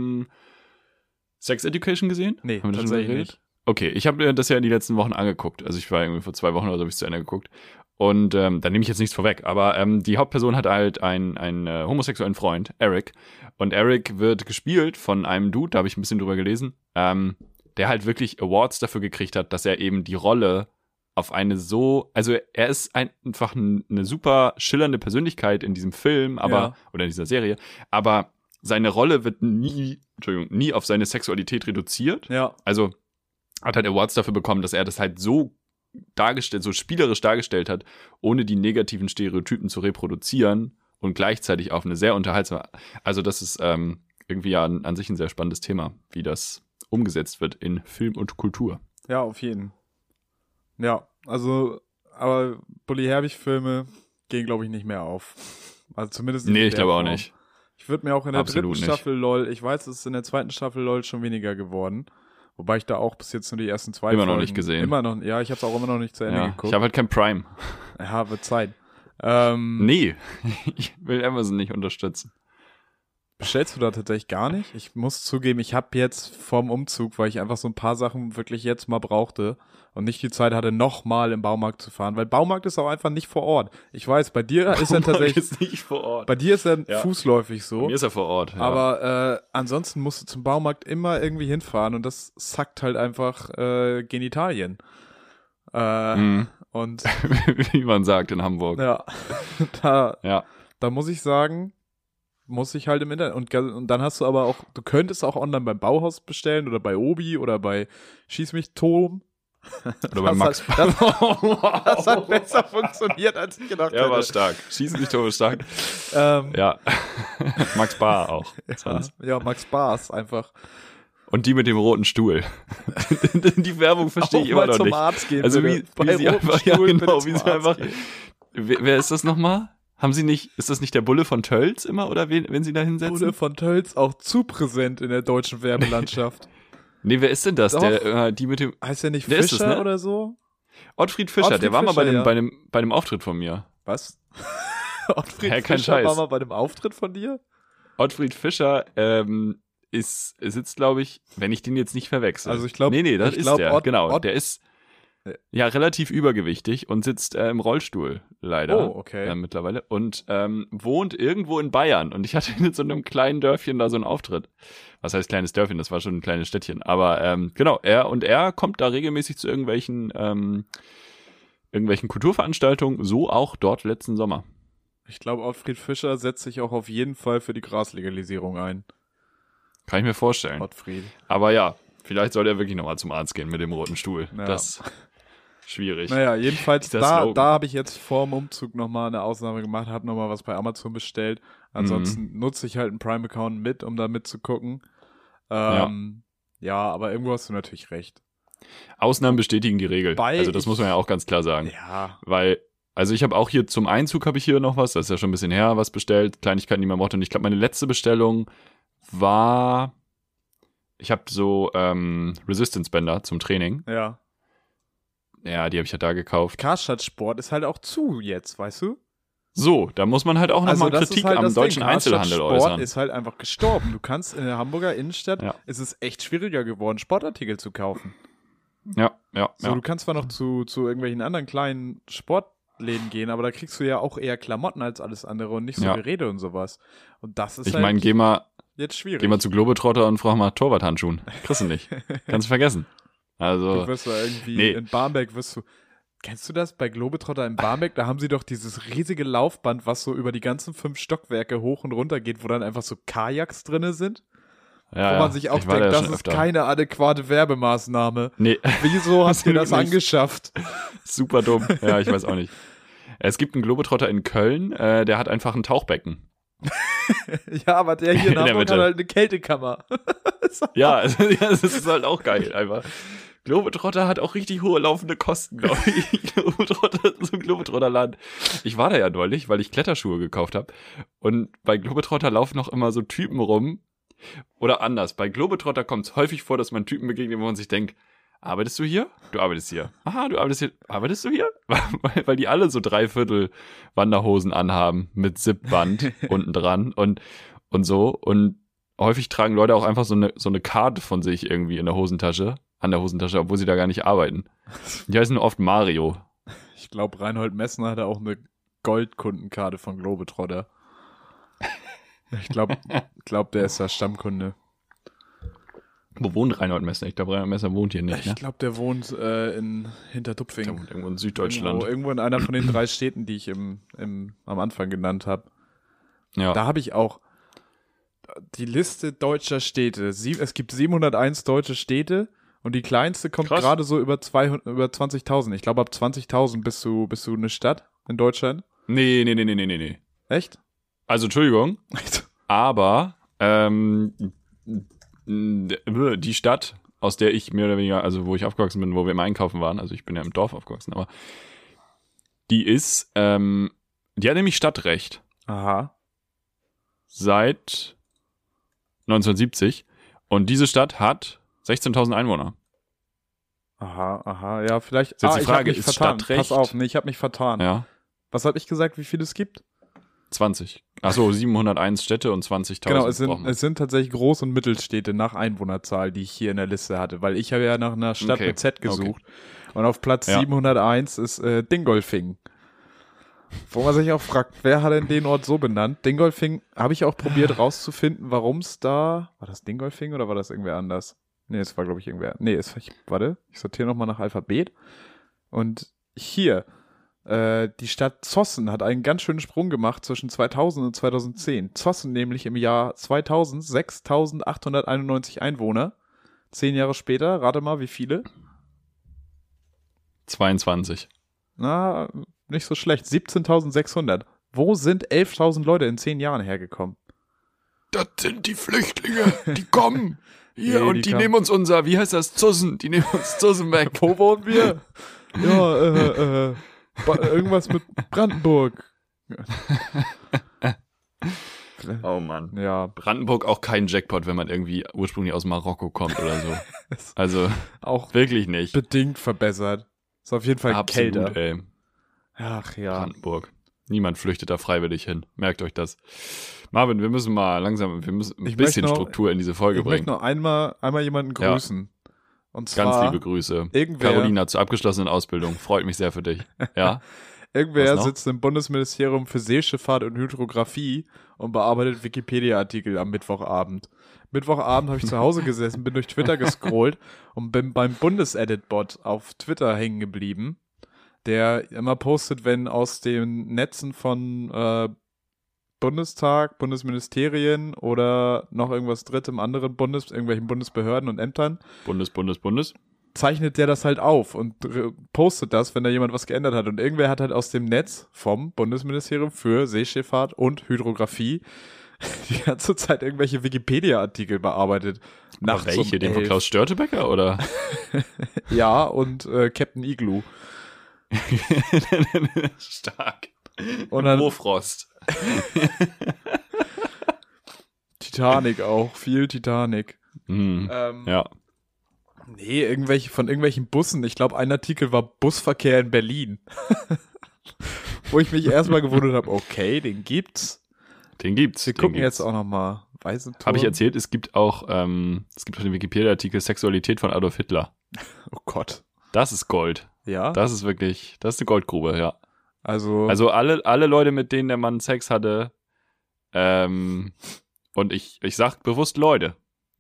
Sex Education gesehen? Nee, Haben wir da schon tatsächlich drüber geredet? nicht. Okay, ich habe mir das ja in die letzten Wochen angeguckt. Also ich war irgendwie vor 2 Wochen oder so, habe ich es zu Ende geguckt. Und da nehme ich jetzt nichts vorweg. Aber die Hauptperson hat halt einen homosexuellen Freund, Eric. Und Eric wird gespielt von einem Dude, da habe ich ein bisschen drüber gelesen, der halt wirklich Awards dafür gekriegt hat, dass er eben die Rolle auf eine also er ist einfach eine super schillernde Persönlichkeit in diesem Film, oder in dieser Serie, aber seine Rolle wird nie auf seine Sexualität reduziert. Ja. Also hat halt Awards dafür bekommen, dass er das halt so spielerisch dargestellt hat, ohne die negativen Stereotypen zu reproduzieren und gleichzeitig auf eine sehr unterhaltsame, also das ist irgendwie ja an sich ein sehr spannendes Thema, wie das umgesetzt wird in Film und Kultur. Ja, auf jeden Fall. Ja, also, aber Bully-Herbig-Filme gehen, glaube ich, nicht mehr auf. Also zumindest nicht. Nee, in ich der glaube auch Form. nicht. Ich würde mir auch in der Absolut dritten nicht. Staffel LOL, ich weiß, es ist in der zweiten Staffel LOL schon weniger geworden. Wobei ich da auch bis jetzt nur die ersten 2 Immer noch Folgen nicht gesehen. Immer noch, ja, ich habe es auch immer noch nicht zu Ende Ja, geguckt. ich habe halt kein Prime. Ja, wird Zeit. Nee, ich will Amazon nicht unterstützen. Bestellst du da tatsächlich gar nicht? Ich muss zugeben, ich habe jetzt vorm Umzug, weil ich einfach so ein paar Sachen wirklich jetzt mal brauchte und nicht die Zeit hatte, nochmal im Baumarkt zu fahren, weil Baumarkt ist auch einfach nicht vor Ort. Ich weiß, bei dir ist er tatsächlich, ist nicht vor Ort. bei dir ist er Ja. fußläufig so. Bei mir ist er vor Ort. Ja. Aber ansonsten musst du zum Baumarkt immer irgendwie hinfahren und das sackt halt einfach Genitalien. Und wie man sagt in Hamburg. ja, da muss ich sagen, muss ich halt im Internet. Und dann hast du aber auch, du könntest auch online beim Bauhaus bestellen oder bei Obi oder bei Schieß mich Tom. Oder bei Max. Das hat besser funktioniert, als ich gedacht hätte. Ja, war stark. Schießen nicht Tore stark. Ähm, Ja. Max Bar auch. ja, Max Bars einfach. Und die mit dem roten Stuhl. Die Werbung verstehe ich immer noch zum nicht. Arzt gehen. Also würde. wie sie roten einfach, ja Stuhl genau, bitte wie zum sie Arzt einfach. gehen. Wer ist das nochmal? Ist das nicht der Bulle von Tölz immer, oder wenn sie da hinsetzen? Bulle von Tölz auch zu präsent in der deutschen Werbelandschaft. Nee, wer ist denn das? Doch. Die mit dem. Heißt der nicht Wer ist Fischer das, ne? oder so? Ottfried Fischer, Ottfried der war mal Fischer, bei dem Auftritt von mir. Was? Ottfried Hä, kein Fischer war Scheiß. mal bei dem Auftritt von dir? Ottfried Fischer sitzt, glaube ich, wenn ich den jetzt nicht verwechsel. Also ich glaube, Nee, das ist der. Genau, Ott- der ist ja relativ übergewichtig und sitzt im Rollstuhl, leider. Oh, okay. Mittlerweile. Und wohnt irgendwo in Bayern. Und ich hatte in so einem kleinen Dörfchen da so einen Auftritt. Was heißt kleines Dörfchen? Das war schon ein kleines Städtchen. Aber genau, er kommt da regelmäßig zu irgendwelchen Kulturveranstaltungen, so auch dort letzten Sommer. Ich glaube, Ottfried Fischer setzt sich auch auf jeden Fall für die Graslegalisierung ein. Kann ich mir vorstellen. Ottfried. Aber ja, vielleicht soll er wirklich nochmal zum Arzt gehen mit dem roten Stuhl. Ja. Das schwierig. Naja, jedenfalls, Dieser da Slogan. habe ich jetzt vor dem Umzug nochmal eine Ausnahme gemacht, habe nochmal was bei Amazon bestellt. Ansonsten nutze ich halt einen Prime-Account mit, um da mitzugucken. Ja, aber irgendwo hast du natürlich recht. Ausnahmen bestätigen die Regel. Also das muss man ja auch ganz klar sagen. Ja. Weil, also ich habe auch hier zum Einzug habe ich hier noch was, das ist ja schon ein bisschen her, was bestellt, Kleinigkeiten, die man braucht. Und ich glaube, meine letzte Bestellung war, ich habe so Resistance-Bänder zum Training. Ja. Ja, die habe ich ja da gekauft. Karstadt Sport ist halt auch zu jetzt, weißt du? So, da muss man halt auch nochmal das Kritik ist halt am das deutschen Ding. Einzelhandel Karstadt Sport äußern. ist halt einfach gestorben. Du kannst in der Hamburger Innenstadt, ist es echt schwieriger geworden, Sportartikel zu kaufen. Ja. Du kannst zwar noch zu irgendwelchen anderen kleinen Sportläden gehen, aber da kriegst du ja auch eher Klamotten als alles andere und nicht so Geräte und sowas. Und das ist Ich halt meine, geh mal jetzt zu Globetrotter und frag mal Torwarthandschuhen. Kriegst du nicht. Kannst du vergessen. Also, Du wirst da irgendwie in Barmbek kennst du das bei Globetrotter in Barmbek? Da haben sie doch dieses riesige Laufband, was so über die ganzen 5 Stockwerke hoch und runter geht, wo dann einfach so Kajaks drinne sind. ja, Wo man sich auch ich war denkt, da das schon ist öfter. keine adäquate Werbemaßnahme. Nee. Wieso hast du das Absolut nicht. angeschafft? Super dumm. Ja, ich weiß auch nicht. Es gibt einen Globetrotter in Köln, der hat einfach ein Tauchbecken. Ja, aber der hier in In der Hamburg Mitte. hat halt eine Kältekammer. Ja, das ist halt auch geil, einfach. Globetrotter hat auch richtig hohe laufende Kosten, glaube ich. Globetrotter ist so ein Globetrotterland. Ich war da ja neulich, weil ich Kletterschuhe gekauft habe. Und bei Globetrotter laufen noch immer so Typen rum. Oder anders. Bei Globetrotter kommt es häufig vor, dass man Typen begegnet, wo man sich denkt, arbeitest du hier? Du arbeitest hier. Aha, du arbeitest hier. Arbeitest du hier? Weil die alle so 3/4 Wanderhosen anhaben mit Zipband unten dran und so. Und häufig tragen Leute auch einfach so eine Karte von sich irgendwie an der Hosentasche, obwohl sie da gar nicht arbeiten. Die heißen oft Mario. Ich glaube, Reinhold Messner hatte auch eine Goldkundenkarte von Globetrotter. Ich glaube, der ist da Stammkunde. Wo wohnt Reinhold Messner? Ich glaube, Reinhold Messner wohnt hier nicht, ne? Ich glaube, der wohnt in Der Hintertupfing. wohnt irgendwo in Süddeutschland. Irgendwo in einer von den 3 Städten, die ich am Anfang genannt habe. Ja. Da habe ich auch die Liste deutscher Städte. Es gibt 701 deutsche Städte und die kleinste kommt Krass. gerade so über 20.000. Ich glaube, ab 20.000 bist du eine Stadt in Deutschland. Nee. Echt? Also, Entschuldigung, aber die Stadt, aus der ich mehr oder weniger, also wo ich aufgewachsen bin, wo wir immer einkaufen waren, also ich bin ja im Dorf aufgewachsen, aber die hat nämlich Stadtrecht Aha. seit 1970 und diese Stadt hat 16.000 Einwohner. Aha, ja, vielleicht. Ist jetzt die ich hab Frage, mich ist vertan. Stadtrecht- Pass auf, nee, ich habe mich vertan. Ja, Was habe ich gesagt, wie viel es gibt? 20. Achso, 701 Städte und 20.000. Genau, braucht man. es sind tatsächlich Groß- und Mittelstädte nach Einwohnerzahl, die ich hier in der Liste hatte, weil ich habe ja nach einer Stadt Okay, mit Z gesucht. Und auf Platz Ja. 701 ist Dingolfing. Wo man sich auch fragt, wer hat denn den Ort so benannt? Dingolfing habe ich auch probiert rauszufinden, warum es da... War das Dingolfing oder war das irgendwer anders? Nee, es war, glaube ich, irgendwer... Nee, warte, ich sortiere nochmal nach Alphabet. Und hier... die Stadt Zossen hat einen ganz schönen Sprung gemacht zwischen 2000 und 2010. Zossen nämlich im Jahr 2000 6.891 Einwohner. 10 Jahre später, rate mal, wie viele? 22. Na, nicht so schlecht. 17.600. Wo sind 11.000 Leute in 10 Jahren hergekommen? Das sind die Flüchtlinge, die kommen. Hier, Nee, und die kamen- nehmen uns wie heißt das, Zussen, die nehmen uns Zussen weg. Wo wohnen wir? Ja, irgendwas mit Brandenburg. Oh Mann. Ja, Brandenburg auch kein Jackpot, wenn man irgendwie ursprünglich aus Marokko kommt oder so. Also, auch wirklich nicht. bedingt verbessert. Ist auf jeden Fall Absolut, kälter. ey. Ach ja. Brandenburg. Niemand flüchtet da freiwillig hin. Merkt euch das. Marvin, wir müssen mal langsam, wir müssen ein Ich bisschen möchte noch- Struktur in diese Folge Ich möchte bringen. noch einmal jemanden Ja. grüßen. Und zwar Ganz liebe Grüße. irgendwer- Carolina zur abgeschlossenen Ausbildung. Freut mich sehr für dich. Ja? Irgendwer Was noch? sitzt im Bundesministerium für Seeschifffahrt und Hydrographie und bearbeitet Wikipedia-Artikel am Mittwochabend. Mittwochabend habe ich zu Hause gesessen, bin durch Twitter gescrollt und bin beim Bundesedit-Bot auf Twitter hängen geblieben, der immer postet, wenn aus den Netzen von Bundestag, Bundesministerien oder noch irgendwas drittem anderen irgendwelchen Bundesbehörden und Ämtern Bundes. zeichnet der das halt auf und postet das, wenn da jemand was geändert hat. Und irgendwer hat halt aus dem Netz vom Bundesministerium für Seeschifffahrt und Hydrographie die ganze Zeit irgendwelche Wikipedia-Artikel bearbeitet. Aber welche? Den von Klaus Störtebeker, oder? Ja, und Captain Igloo. Stark. Und dann Bofrost. Titanic auch, viel Titanic. Ja. Nee, von irgendwelchen Bussen. Ich glaube, ein Artikel war Busverkehr in Berlin. Wo ich mich erstmal gewundert habe, okay, den gibt's. Den gibt's. Wir gucken jetzt auch nochmal. Habe ich erzählt, es gibt auch den Wikipedia-Artikel Sexualität von Adolf Hitler. Oh Gott. Das ist Gold. Ja? Das ist eine Goldgrube, ja. Also alle Leute, mit denen der Mann Sex hatte, und ich sag bewusst Leute,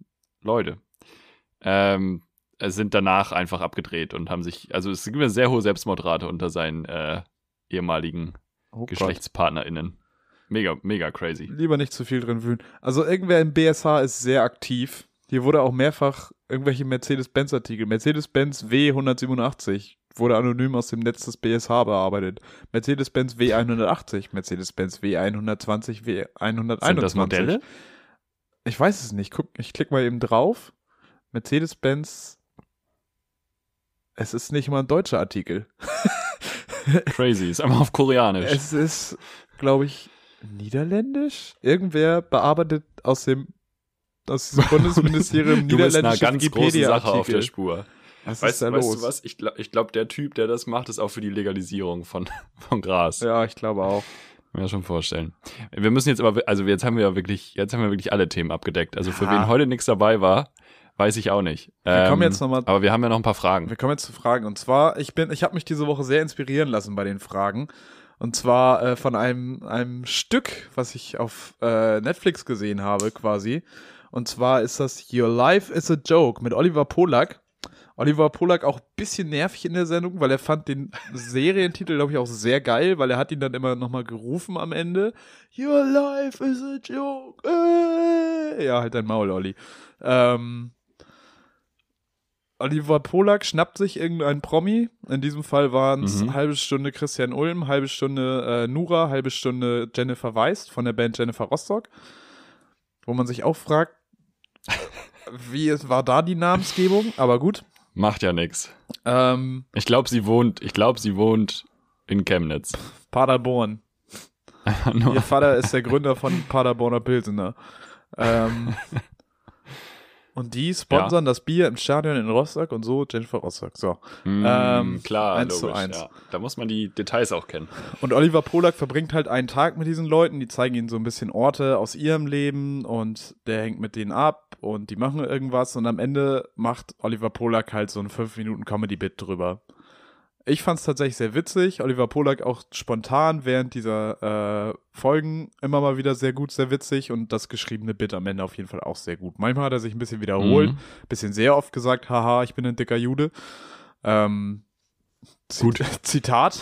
sind danach einfach abgedreht und haben sich, also es gibt eine sehr hohe Selbstmordrate unter seinen ehemaligen GeschlechtspartnerInnen. Mega, mega crazy. Lieber nicht zu viel drin wühlen. Also irgendwer im BSH ist sehr aktiv. Hier wurde auch mehrfach irgendwelche Mercedes-Benz-Artikel. Mercedes-Benz W187 wurde anonym aus dem Netz des BSH bearbeitet. Mercedes-Benz W180, Mercedes-Benz W120, W121. Sind das Modelle? Ich weiß es nicht. Ich klicke mal eben drauf. Mercedes-Benz. Es ist nicht mal ein deutscher Artikel. Crazy, ist einfach auf Koreanisch. Es ist, glaube ich, niederländisch. Irgendwer bearbeitet aus diesem Bundesministerium niederländische Wikipedia-Artikel. Sache auf der Spur. Was ist da los? Weißt du was? Ich glaube, der Typ, der das macht, ist auch für die Legalisierung von Gras. Ja, ich glaube auch. Kann mir schon vorstellen. Wir müssen jetzt aber, also jetzt haben wir wirklich alle Themen abgedeckt. Also für wen heute nichts dabei war, weiß ich auch nicht. Wir kommen jetzt noch mal, aber wir haben ja noch ein paar Fragen. Wir kommen jetzt zu Fragen. Und zwar, ich habe mich diese Woche sehr inspirieren lassen bei den Fragen. Und zwar von einem Stück, was ich auf Netflix gesehen habe quasi. Und zwar ist das Your Life is a Joke mit Oliver Polak. Oliver Polak auch ein bisschen nervig in der Sendung, weil er fand den Serientitel, glaube ich, auch sehr geil, weil er hat ihn dann immer nochmal gerufen am Ende. Your life is a joke. Ja, halt dein Maul, Olli. Oliver Polak schnappt sich irgendeinen Promi. In diesem Fall waren es halbe Stunde Christian Ulm, halbe Stunde Nura, halbe Stunde Jennifer Weist von der Band Jennifer Rostock. Wo man sich auch fragt, wie war da die Namensgebung? Aber gut. Macht ja nix. Ich glaube, sie wohnt in Chemnitz. Paderborn. Ihr Vater ist der Gründer von Paderborner Pilsener. Und die sponsern das Bier im Stadion in Rostock und so Jennifer Rostock. So. Klar, 1:1. Ja. Da muss man die Details auch kennen. Und Oliver Polak verbringt halt einen Tag mit diesen Leuten, die zeigen ihnen so ein bisschen Orte aus ihrem Leben und der hängt mit denen ab und die machen irgendwas und am Ende macht Oliver Polak halt so ein 5-Minuten-Comedy-Bit drüber. Ich fand's tatsächlich sehr witzig. Oliver Polak auch spontan während dieser Folgen immer mal wieder sehr gut, sehr witzig und das geschriebene Bit am Ende auf jeden Fall auch sehr gut. Manchmal hat er sich ein bisschen wiederholt, bisschen sehr oft gesagt, haha, ich bin ein dicker Jude. Gut. Zitat.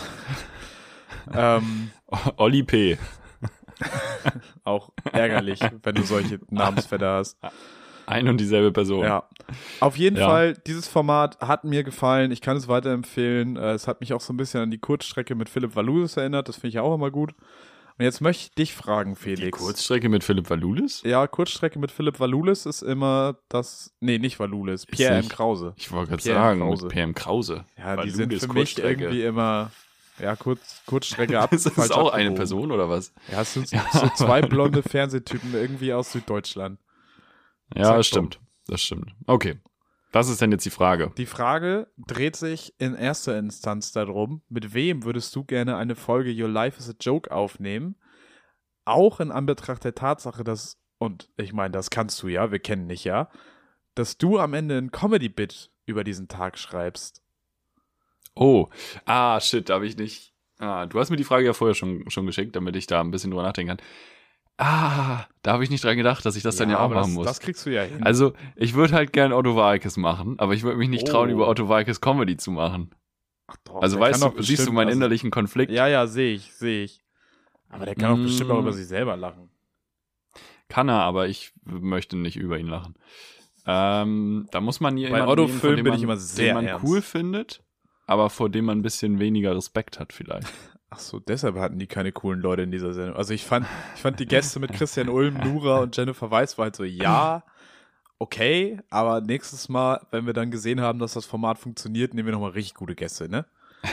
Olli P. Auch ärgerlich, wenn du solche Namensvetter hast. Ein und dieselbe Person. Ja. Auf jeden Fall, dieses Format hat mir gefallen. Ich kann es weiterempfehlen. Es hat mich auch so ein bisschen an die Kurzstrecke mit Philipp Valulis erinnert. Das finde ich auch immer gut. Und jetzt möchte ich dich fragen, Felix. Die Kurzstrecke mit Philipp Valulis? Ja, Kurzstrecke mit Philipp Valulis ist immer das. Nee, nicht Valulis. Pierre M. Krause. Ich wollte gerade sagen, mit Pierre M. Krause. Ja, Valulis, die sind für mich irgendwie immer. Ja, Kurzstrecke ab. Ist das auch eine Person oder was? Ja, es sind so zwei blonde Fernsehtypen irgendwie aus Süddeutschland. Ja, das stimmt. Das stimmt. Okay. Was ist denn jetzt die Frage? Die Frage dreht sich in erster Instanz darum, mit wem würdest du gerne eine Folge Your Life is a Joke aufnehmen? Auch in Anbetracht der Tatsache, dass, und ich meine, das kannst du ja, wir kennen dich ja, dass du am Ende ein Comedy-Bit über diesen Tag schreibst. Oh, shit, da habe ich nicht. Du hast mir die Frage ja vorher schon geschickt, damit ich da ein bisschen drüber nachdenken kann. Da habe ich nicht dran gedacht, dass ich das dann ja auch machen muss. Das kriegst du ja hin. Also, ich würde halt gern Otto Walkes machen, aber ich würde mich nicht trauen, über Otto Walkes Comedy zu machen. Ach doch, also weißt du, siehst du meinen innerlichen Konflikt? Ja, sehe ich. Aber der kann doch bestimmt auch über sich selber lachen. Kann er, aber ich möchte nicht über ihn lachen. Da muss man jemanden Otto-Filmen nehmen, bin ich immer sehr den man ernst. cool findet, aber vor dem man ein bisschen weniger Respekt hat vielleicht. Ach so, deshalb hatten die keine coolen Leute in dieser Sendung. Also ich fand die Gäste mit Christian Ulm, Nura und Jennifer Weiss war halt so, ja, okay, aber nächstes Mal, wenn wir dann gesehen haben, dass das Format funktioniert, nehmen wir nochmal richtig gute Gäste, ne?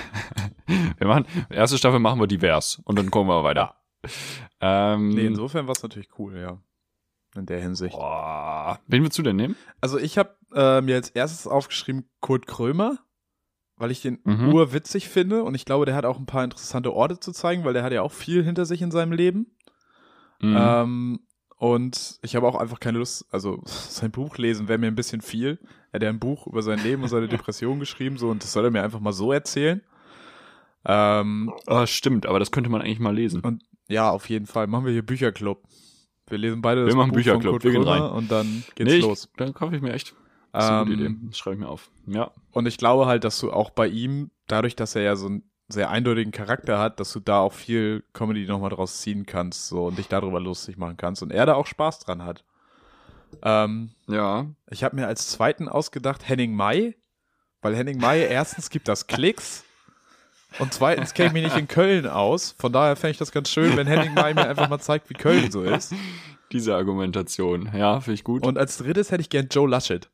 Erste Staffel machen wir divers und dann gucken wir weiter. Nee, insofern war es natürlich cool, ja. In der Hinsicht. Boah. Wen willst du denn nehmen? Also ich habe mir als erstes aufgeschrieben Kurt Krömer, weil ich den urwitzig finde und ich glaube, der hat auch ein paar interessante Orte zu zeigen, weil der hat ja auch viel hinter sich in seinem Leben. Und ich habe auch einfach keine Lust, also sein Buch lesen wäre mir ein bisschen viel. Er hat ja ein Buch über sein Leben und seine Depression geschrieben, so, und das soll er mir einfach mal so erzählen. Stimmt, aber das könnte man eigentlich mal lesen. Und ja, auf jeden Fall. Machen wir hier Bücherclub. Wir lesen beide das Wir machen Buch Bücherclub, von Kurt wir gehen Krömer rein. und dann geht's los. Dann kaufe ich mir echt. Das ist eine gute Idee. Das schreibe ich mir auf. Ja. Und ich glaube halt, dass du auch bei ihm, dadurch, dass er ja so einen sehr eindeutigen Charakter hat, dass du da auch viel Comedy nochmal draus ziehen kannst, so, und dich darüber lustig machen kannst und er da auch Spaß dran hat. Ja. Ich habe mir als zweiten ausgedacht Henning May, weil Henning May erstens gibt das Klicks und zweitens kenne ich mich nicht in Köln aus. Von daher fände ich das ganz schön, wenn Henning May mir einfach mal zeigt, wie Köln so ist. Diese Argumentation. Ja, finde ich gut. Und als drittes hätte ich gern Joe Laschet.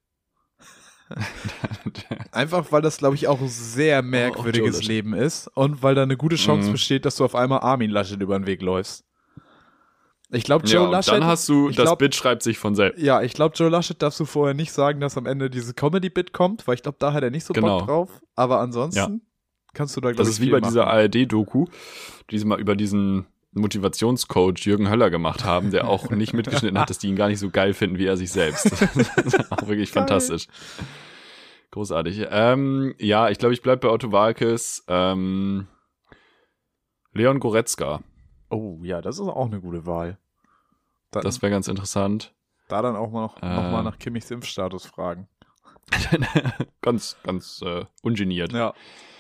Einfach, weil das, glaube ich, auch ein sehr merkwürdiges Leben ist und weil da eine gute Chance besteht, dass du auf einmal Armin Laschet über den Weg läufst. Ich glaube, Joe Laschet. Dann hast du, das Bit schreibt sich von selbst. Ja, ich glaube, Joe Laschet darfst du vorher nicht sagen, dass am Ende diese Comedy-Bit kommt, weil ich glaube, da hat er nicht so Bock drauf. Aber ansonsten kannst du da, glaube ich, das ist wie bei dieser ARD-Doku, die sie mal über diesen Motivationscoach Jürgen Höller gemacht haben, der auch nicht mitgeschnitten hat, dass die ihn gar nicht so geil finden wie er sich selbst. Das ist auch wirklich fantastisch. Großartig. Ja, ich glaube, ich bleibe bei Otto Waalkes. Leon Goretzka. Oh ja, das ist auch eine gute Wahl. Das wäre ganz interessant. Da dann auch noch mal nach Kimmichs Impfstatus fragen. ganz ungeniert. Ja.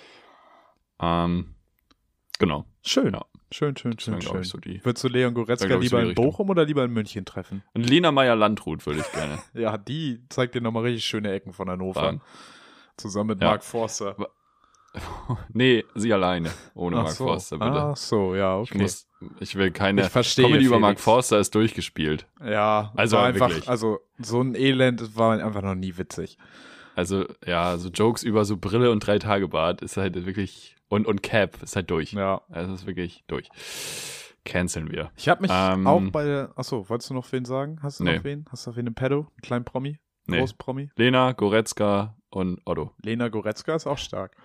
Genau. Schön. Ja. Schön. So Würdest du Leon Goretzka lieber in Bochum oder lieber in München treffen? Und Lena Meyer-Landrut würde ich gerne. Ja, die zeigt dir nochmal richtig schöne Ecken von Hannover. Zusammen mit Mark Forster. Nee, sie alleine. Ohne Mark Forster, bitte. Ach so, ja, okay. Ich will keine ich verstehe, Comedy über Felix. Mark Forster ist durchgespielt. Ja, also war einfach, wirklich. Also so ein Elend war einfach noch nie witzig. Also, ja, so Jokes über so Brille und 3-Tage-Bart ist halt wirklich, und Cap ist halt durch. Ja. Also ist wirklich durch. Canceln wir. Ich habe mich auch bei der, achso, wolltest du noch wen sagen? Hast du noch wen? Hast du noch wen im Pedo? Einen kleinen Promi? Nee. Großpromi? Lena, Goretzka und Otto. Lena Goretzka ist auch stark.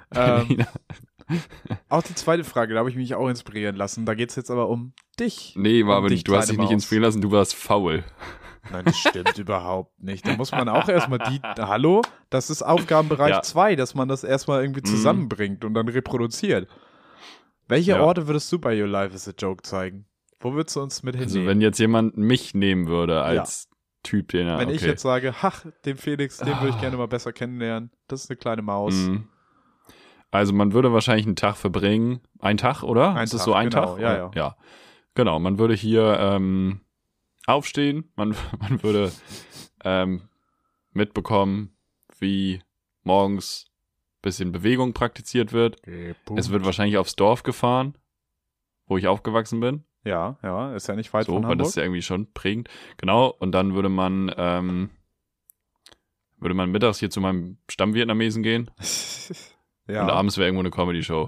Auch die zweite Frage, da habe ich mich auch inspirieren lassen. Da geht es jetzt aber um dich. Nee, war um aber dich, nicht. Du hast dich kleine nicht Maus. inspirieren lassen, du warst faul. Nein, das stimmt überhaupt nicht. Da muss man auch erstmal hallo? Das ist Aufgabenbereich 2, dass man das erstmal irgendwie zusammenbringt und dann reproduziert. Welche Orte würdest du bei Your Life is a Joke zeigen? Wo würdest du uns mit hinnehmen? Also wenn jetzt jemand mich nehmen würde als Typ, den er, Wenn ich jetzt sage, den Felix, den würde ich gerne mal besser kennenlernen. Das ist eine kleine Maus. Also man würde wahrscheinlich einen Tag verbringen. Ein Tag, oder? Ist das so ein genau, Tag? Ja. Ja. Genau, man würde hier aufstehen, man würde mitbekommen, wie morgens ein bisschen Bewegung praktiziert wird. Es wird wahrscheinlich aufs Dorf gefahren, wo ich aufgewachsen bin. Ja, ist ja nicht weit So, von weil Hamburg. das ist ja irgendwie schon prägend. Genau, und dann würde man mittags hier zu meinem Stammvietnamesen gehen Ja. und abends wäre irgendwo eine Comedy-Show.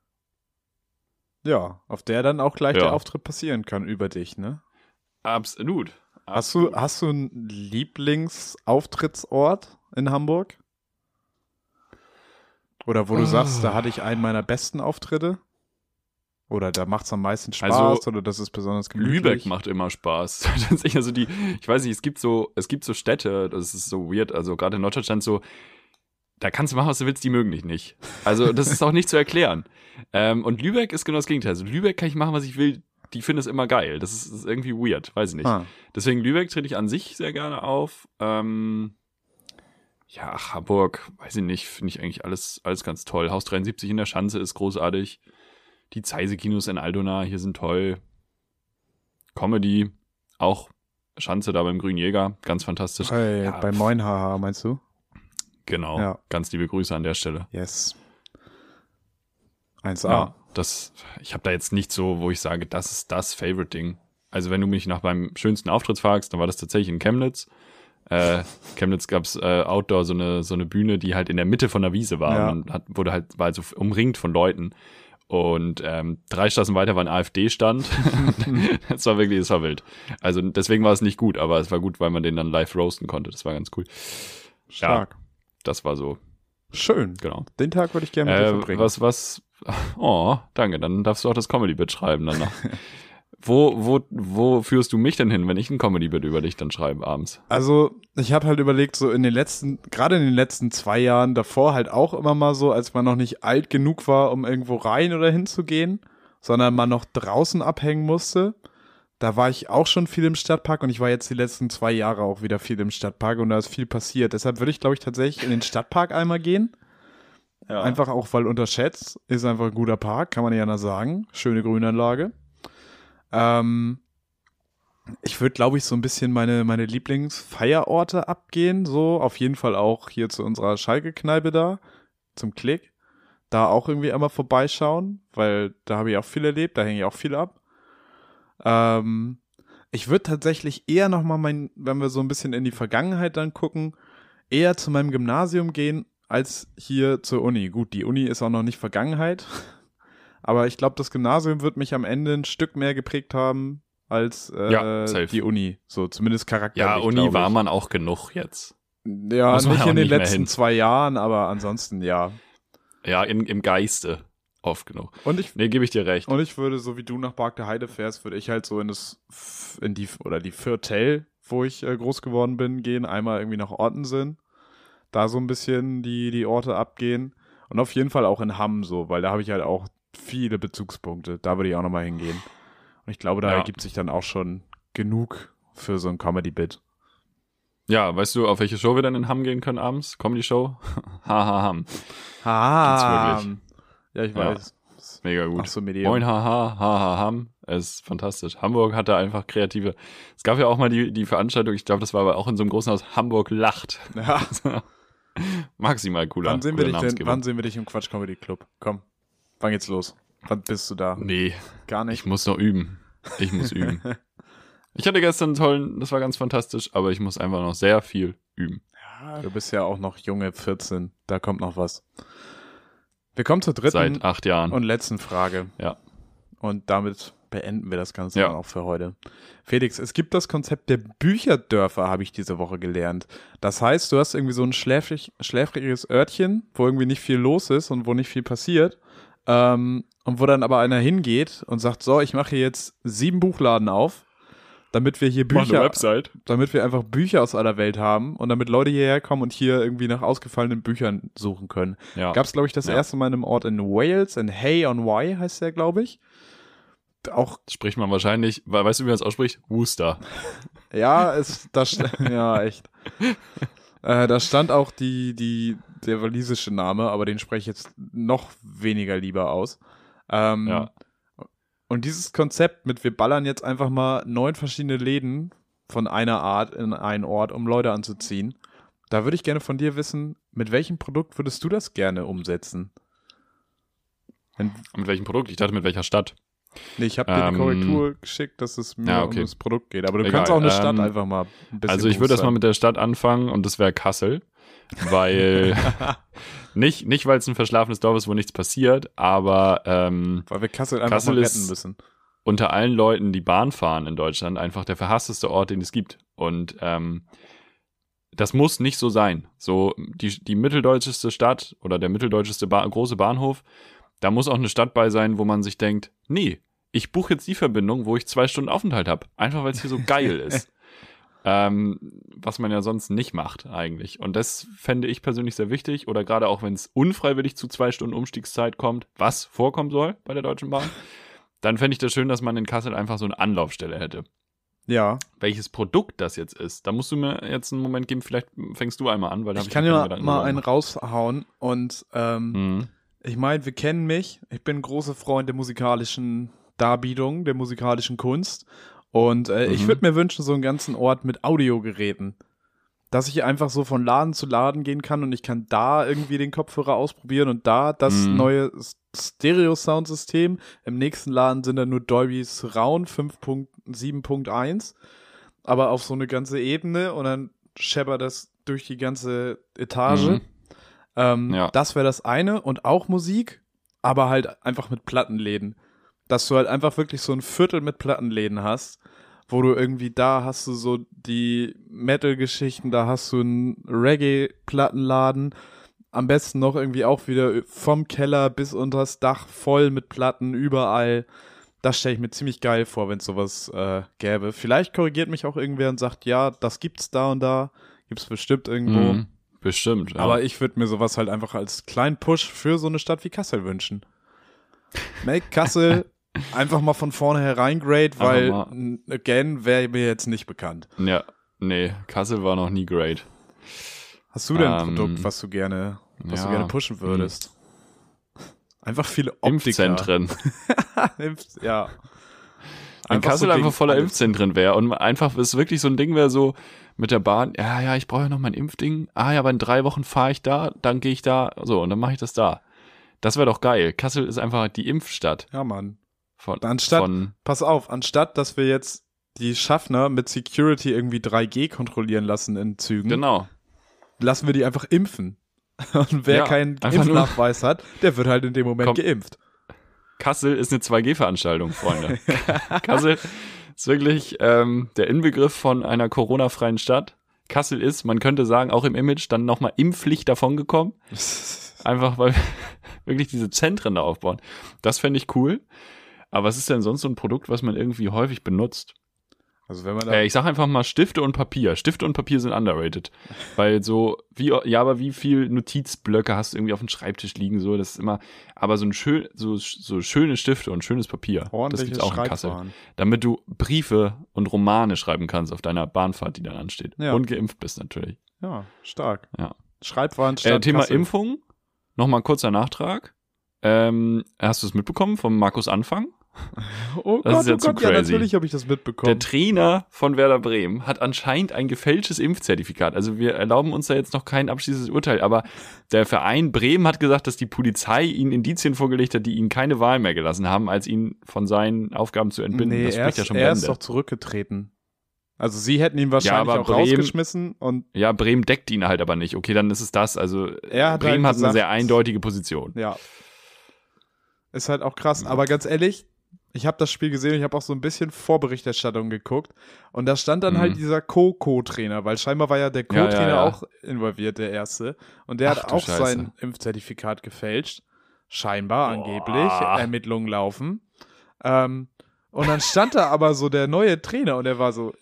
Ja, auf der dann auch gleich der Auftritt passieren kann über dich, ne? Absolut. Hast du einen Lieblingsauftrittsort in Hamburg? Oder wo du sagst, da hatte ich einen meiner besten Auftritte? Oder da macht's am meisten Spaß, Also, oder das ist besonders gemütlich? Lübeck macht immer Spaß. Also ich weiß nicht, es gibt so Städte, das ist so weird, also gerade in Norddeutschland so, da kannst du machen, was du willst, die mögen dich nicht. Also das ist auch nicht zu erklären. Und Lübeck ist genau das Gegenteil. Also Lübeck kann ich machen, was ich will, die finden es immer geil. Das ist irgendwie weird, weiß ich nicht. Deswegen Lübeck trete ich an sich sehr gerne auf. Hamburg, weiß ich nicht, finde ich eigentlich alles ganz toll. Haus 73 in der Schanze ist großartig. Die Zeise-Kinos in Altona hier sind toll. Comedy auch Schanze da beim Grünen Jäger, ganz fantastisch. Bei Moin Haha, meinst du? Genau, Ja. Ganz liebe Grüße an der Stelle. Yes. 1A. Ja, ich habe da jetzt nicht so, wo ich sage, das ist das Favorite-Ding. Also wenn du mich nach meinem schönsten Auftritt fragst, dann war das tatsächlich in Chemnitz. Chemnitz gab's Outdoor so eine Bühne, die halt in der Mitte von der Wiese war. Ja. Und war also umringt von Leuten. Und 3 Straßen weiter war ein AfD-Stand. Das war wild. Also deswegen war es nicht gut, aber es war gut, weil man den dann live roasten konnte. Das war ganz cool. Stark. Ja, das war so. Schön. Genau. Den Tag würde ich gerne mit dir verbringen. Oh, danke. Dann darfst du auch das Comedy-Bit schreiben danach. Wo führst du mich denn hin, wenn ich ein Comedy-Bit über dich dann schreibe abends? Also, ich habe halt überlegt, so gerade in den letzten 2 Jahren, davor halt auch immer mal so, als man noch nicht alt genug war, um irgendwo rein oder hinzugehen, sondern man noch draußen abhängen musste. Da war ich auch schon viel im Stadtpark und ich war jetzt die letzten 2 Jahre auch wieder viel im Stadtpark und da ist viel passiert. Deshalb würde ich, glaube ich, tatsächlich in den Stadtpark einmal gehen. Ja. Einfach auch, weil unterschätzt, ist einfach ein guter Park, kann man ja noch sagen. Schöne Grünanlage. Ich würde, glaube ich, so ein bisschen meine Lieblingsfeierorte abgehen, so auf jeden Fall auch hier zu unserer Schalke-Kneipe da, zum Klick, da auch irgendwie einmal vorbeischauen, weil da habe ich auch viel erlebt, da hänge ich auch viel ab. Ich würde tatsächlich eher nochmal wenn wir so ein bisschen in die Vergangenheit dann gucken, eher zu meinem Gymnasium gehen, als hier zur Uni. Gut, die Uni ist auch noch nicht Vergangenheit, aber ich glaube, das Gymnasium wird mich am Ende ein Stück mehr geprägt haben als die Uni. So zumindest charakterlich. Ja, Uni war man auch genug jetzt. Ja, nicht in den letzten 2 Jahren, aber ansonsten ja. Ja, im Geiste oft genug. Nee, gebe ich dir recht. Und ich würde, so wie du nach Bark der Heide fährst, würde ich halt so die Viertel, wo ich groß geworden bin, gehen. Einmal irgendwie nach Ottensen. Da so ein bisschen die Orte abgehen. Und auf jeden Fall auch in Hamm so, weil da habe ich halt auch viele Bezugspunkte. Da würde ich auch nochmal hingehen. Und ich glaube, da ergibt sich dann auch schon genug für so ein Comedy-Bit. Ja, weißt du, auf welche Show wir dann in Hamm gehen können abends? Comedy-Show? Haha, Hamm. Haha. Gibt's wirklich. Ja, ich weiß. Mega gut. Ach so, Medium. Moin, haha, haha, Hamm. Es ist fantastisch. Hamburg hatte einfach kreative. Es gab ja auch mal die Veranstaltung, ich glaube, das war aber auch in so einem großen Haus, Hamburg lacht. Ja. Maximal cooler. Wann sehen wir dich im Quatsch Comedy Club? Komm, wann geht's los? Wann bist du da? Nee. Gar nicht. Ich muss noch üben. Ich muss üben. Ich hatte gestern einen tollen, das war ganz fantastisch, aber ich muss einfach noch sehr viel üben. Ja, du bist ja auch noch junge 14, da kommt noch was. Wir kommen zur dritten Seit 8 Jahren. Und letzten Frage. Ja. Und damit beenden wir das Ganze dann auch für heute. Felix, es gibt das Konzept der Bücherdörfer, habe ich diese Woche gelernt. Das heißt, du hast irgendwie so ein schläfriges Örtchen, wo irgendwie nicht viel los ist und wo nicht viel passiert. Und wo dann aber einer hingeht und sagt, so, ich mache hier jetzt 7 Buchladen auf, damit wir hier damit wir einfach Bücher aus aller Welt haben und damit Leute hierher kommen und hier irgendwie nach ausgefallenen Büchern suchen können. Ja. Gab es, glaube ich, das erste Mal in einem Ort in Wales, in Hay on Wye heißt der, glaube ich. Auch spricht man wahrscheinlich, weißt du, wie man es ausspricht? Worcester. Ja, ja, echt. Da stand auch der walisische Name, aber den spreche ich jetzt noch weniger lieber aus. Und dieses Konzept mit, wir ballern jetzt einfach mal 9 verschiedene Läden von einer Art in einen Ort, um Leute anzuziehen. Da würde ich gerne von dir wissen, mit welchem Produkt würdest du das gerne umsetzen? Mit welchem Produkt? Ich dachte, mit welcher Stadt? Nee, ich habe dir eine Korrektur geschickt, dass es mir um das Produkt geht. Aber du kannst auch eine Stadt einfach mal ein bisschen Also ich würde erstmal mit der Stadt anfangen und das wäre Kassel. Weil nicht weil es ein verschlafenes Dorf ist, wo nichts passiert, aber weil wir Kassel einfach mal retten müssen. Unter allen Leuten, die Bahn fahren in Deutschland, einfach der verhassteste Ort, den es gibt. Und das muss nicht so sein. So die mitteldeutscheste Stadt oder der mitteldeutscheste große Bahnhof, da muss auch eine Stadt bei sein, wo man sich denkt, nee, ich buche jetzt die Verbindung, wo ich 2 Stunden Aufenthalt habe. Einfach, weil es hier so geil ist. Was man ja sonst nicht macht eigentlich. Und das fände ich persönlich sehr wichtig. Oder gerade auch, wenn es unfreiwillig zu 2 Stunden Umstiegszeit kommt, was vorkommen soll bei der Deutschen Bahn, dann fände ich das schön, dass man in Kassel einfach so eine Anlaufstelle hätte. Ja. Welches Produkt das jetzt ist, da musst du mir jetzt einen Moment geben, vielleicht fängst du einmal an, weil da ich kann ja mal einen raushauen und ich meine, wir kennen mich, ich bin ein großer Freund der musikalischen Darbietung, der musikalischen Kunst Und ich würde mir wünschen, so einen ganzen Ort mit Audiogeräten. Dass ich einfach so von Laden zu Laden gehen kann und ich kann da irgendwie den Kopfhörer ausprobieren und da das neue Stereo-Sound-System. Im nächsten Laden sind dann nur Dolby Surround 5.7.1, aber auf so eine ganze Ebene und dann scheppert das durch die ganze Etage. Das wäre das eine und auch Musik, aber halt einfach mit Plattenläden. Dass du halt einfach wirklich so ein Viertel mit Plattenläden hast, wo du irgendwie, da hast du so die Metal-Geschichten, da hast du einen Reggae-Plattenladen, am besten noch irgendwie auch wieder vom Keller bis unters Dach voll mit Platten, überall. Das stelle ich mir ziemlich geil vor, wenn es sowas gäbe. Vielleicht korrigiert mich auch irgendwer und sagt, ja, das gibt's da und da, gibt's bestimmt irgendwo. Bestimmt, ja. Aber ich würde mir sowas halt einfach als kleinen Push für so eine Stadt wie Kassel wünschen. Make Kassel einfach mal von vorne herein great, weil again wäre mir jetzt nicht bekannt. Ja, nee, Kassel war noch nie great. Hast du denn ein Produkt, was du gerne pushen würdest? Einfach viele Optiker. Impfzentren. Ja. Wenn Kassel so einfach voller alles. Impfzentren wäre und einfach es wirklich so ein Ding wäre, so mit der Bahn, ja, ich brauche ja noch mein Impfding. Ja, aber in 3 Wochen fahre ich da, dann gehe ich da, so, und dann mache ich das da. Das wäre doch geil. Kassel ist einfach die Impfstadt. Ja, Mann. Anstatt, anstatt, dass wir jetzt die Schaffner mit Security irgendwie 3G kontrollieren lassen in Zügen, genau. lassen wir die einfach impfen. Und wer keinen Impfnachweis hat, der wird halt in dem Moment geimpft. Kassel ist eine 2G-Veranstaltung, Freunde. Kassel ist wirklich der Inbegriff von einer Corona-freien Stadt. Kassel ist, man könnte sagen, auch im Image dann nochmal impflich davongekommen. Einfach, weil wirklich diese Zentren da aufbauen. Das fände ich cool. Aber was ist denn sonst so ein Produkt, was man irgendwie häufig benutzt? Also wenn man ich sag einfach mal Stifte und Papier. Stifte und Papier sind underrated. Weil aber wie viel Notizblöcke hast du irgendwie auf dem Schreibtisch liegen, so, das ist immer, aber so schöne Stifte und schönes Papier, das gibt's auch in Kassel. Damit du Briefe und Romane schreiben kannst auf deiner Bahnfahrt, die dann ansteht. Ja. Und geimpft bist natürlich. Ja, stark. Ja. Schreibwaren Thema Kassel. Impfung, nochmal kurzer Nachtrag. Hast du es mitbekommen vom Markus Anfang? Oh Gott, ja, natürlich habe ich das mitbekommen. Der Trainer von Werder Bremen hat anscheinend ein gefälschtes Impfzertifikat. Also wir erlauben uns da jetzt noch kein abschließendes Urteil, aber der Verein Bremen hat gesagt, dass die Polizei ihnen Indizien vorgelegt hat, die ihnen keine Wahl mehr gelassen haben, als ihn von seinen Aufgaben zu entbinden. Nee, das spricht ja schon er ist doch zurückgetreten. Also sie hätten ihn wahrscheinlich auch rausgeschmissen. Und ja, Bremen deckt ihn halt aber nicht. Okay, dann ist es das. Also Bremen hat eine sehr eindeutige Position. Ja. Ist halt auch krass. Aber ganz ehrlich, ich habe das Spiel gesehen, ich habe auch so ein bisschen Vorberichterstattung geguckt und da stand dann halt dieser Co-Co-Trainer, weil scheinbar war ja der Co-Trainer auch involviert, der Erste, und der hat auch sein Impfzertifikat gefälscht, scheinbar, angeblich, Ermittlungen laufen, und dann stand da aber so der neue Trainer und er war so,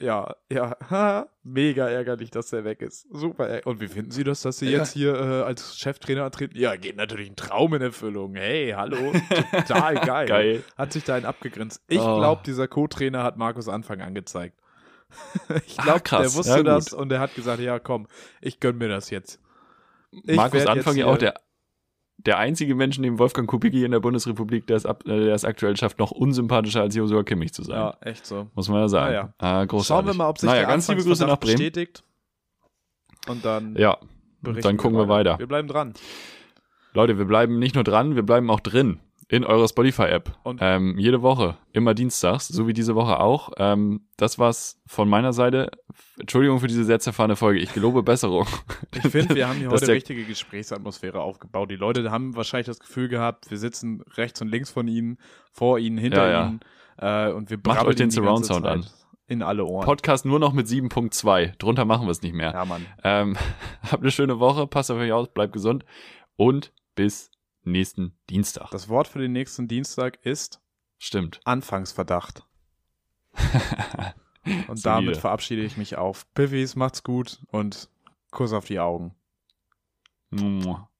mega ärgerlich, dass der weg ist. Super. Und wie finden Sie das, dass Sie jetzt hier als Cheftrainer antreten? Ja, geht natürlich ein Traum in Erfüllung. Hey, hallo, total geil. Geil. Hat sich da einen abgegrenzt. Ich glaube, dieser Co-Trainer hat Markus Anfang angezeigt. Ich glaube, der wusste das und der hat gesagt, ja komm, ich gönn mir das jetzt. Markus Anfang ja auch der einzige Mensch neben Wolfgang Kubicki in der Bundesrepublik, der es aktuell schafft, noch unsympathischer als Joshua Kimmich zu sein. Ja, echt so. Muss man ja sagen. Großartig. Schauen wir mal, ob sich der ganz liebe Grüße nach Bremen bestätigt. Und dann dann gucken wir weiter. Wir bleiben dran. Leute, wir bleiben nicht nur dran, wir bleiben auch drin in eurer Spotify-App. Und jede Woche, immer dienstags, so wie diese Woche auch. Das war's von meiner Seite. Entschuldigung für diese sehr zerfahrene Folge. Ich gelobe Besserung. Ich finde, wir haben hier heute richtige Gesprächsatmosphäre aufgebaut. Die Leute haben wahrscheinlich das Gefühl gehabt, wir sitzen rechts und links von ihnen, vor ihnen, hinter ihnen. Und wir macht euch den Surround-Sound an. In alle Ohren. Podcast nur noch mit 7.2. Drunter machen wir es nicht mehr. Ja, Mann. Habt eine schöne Woche. Passt auf euch auf. Bleibt gesund. Und bis nächsten Dienstag. Das Wort für den nächsten Dienstag ist Anfangsverdacht. Und damit verabschiede ich mich auf. Piffis, macht's gut und Kuss auf die Augen. Mua.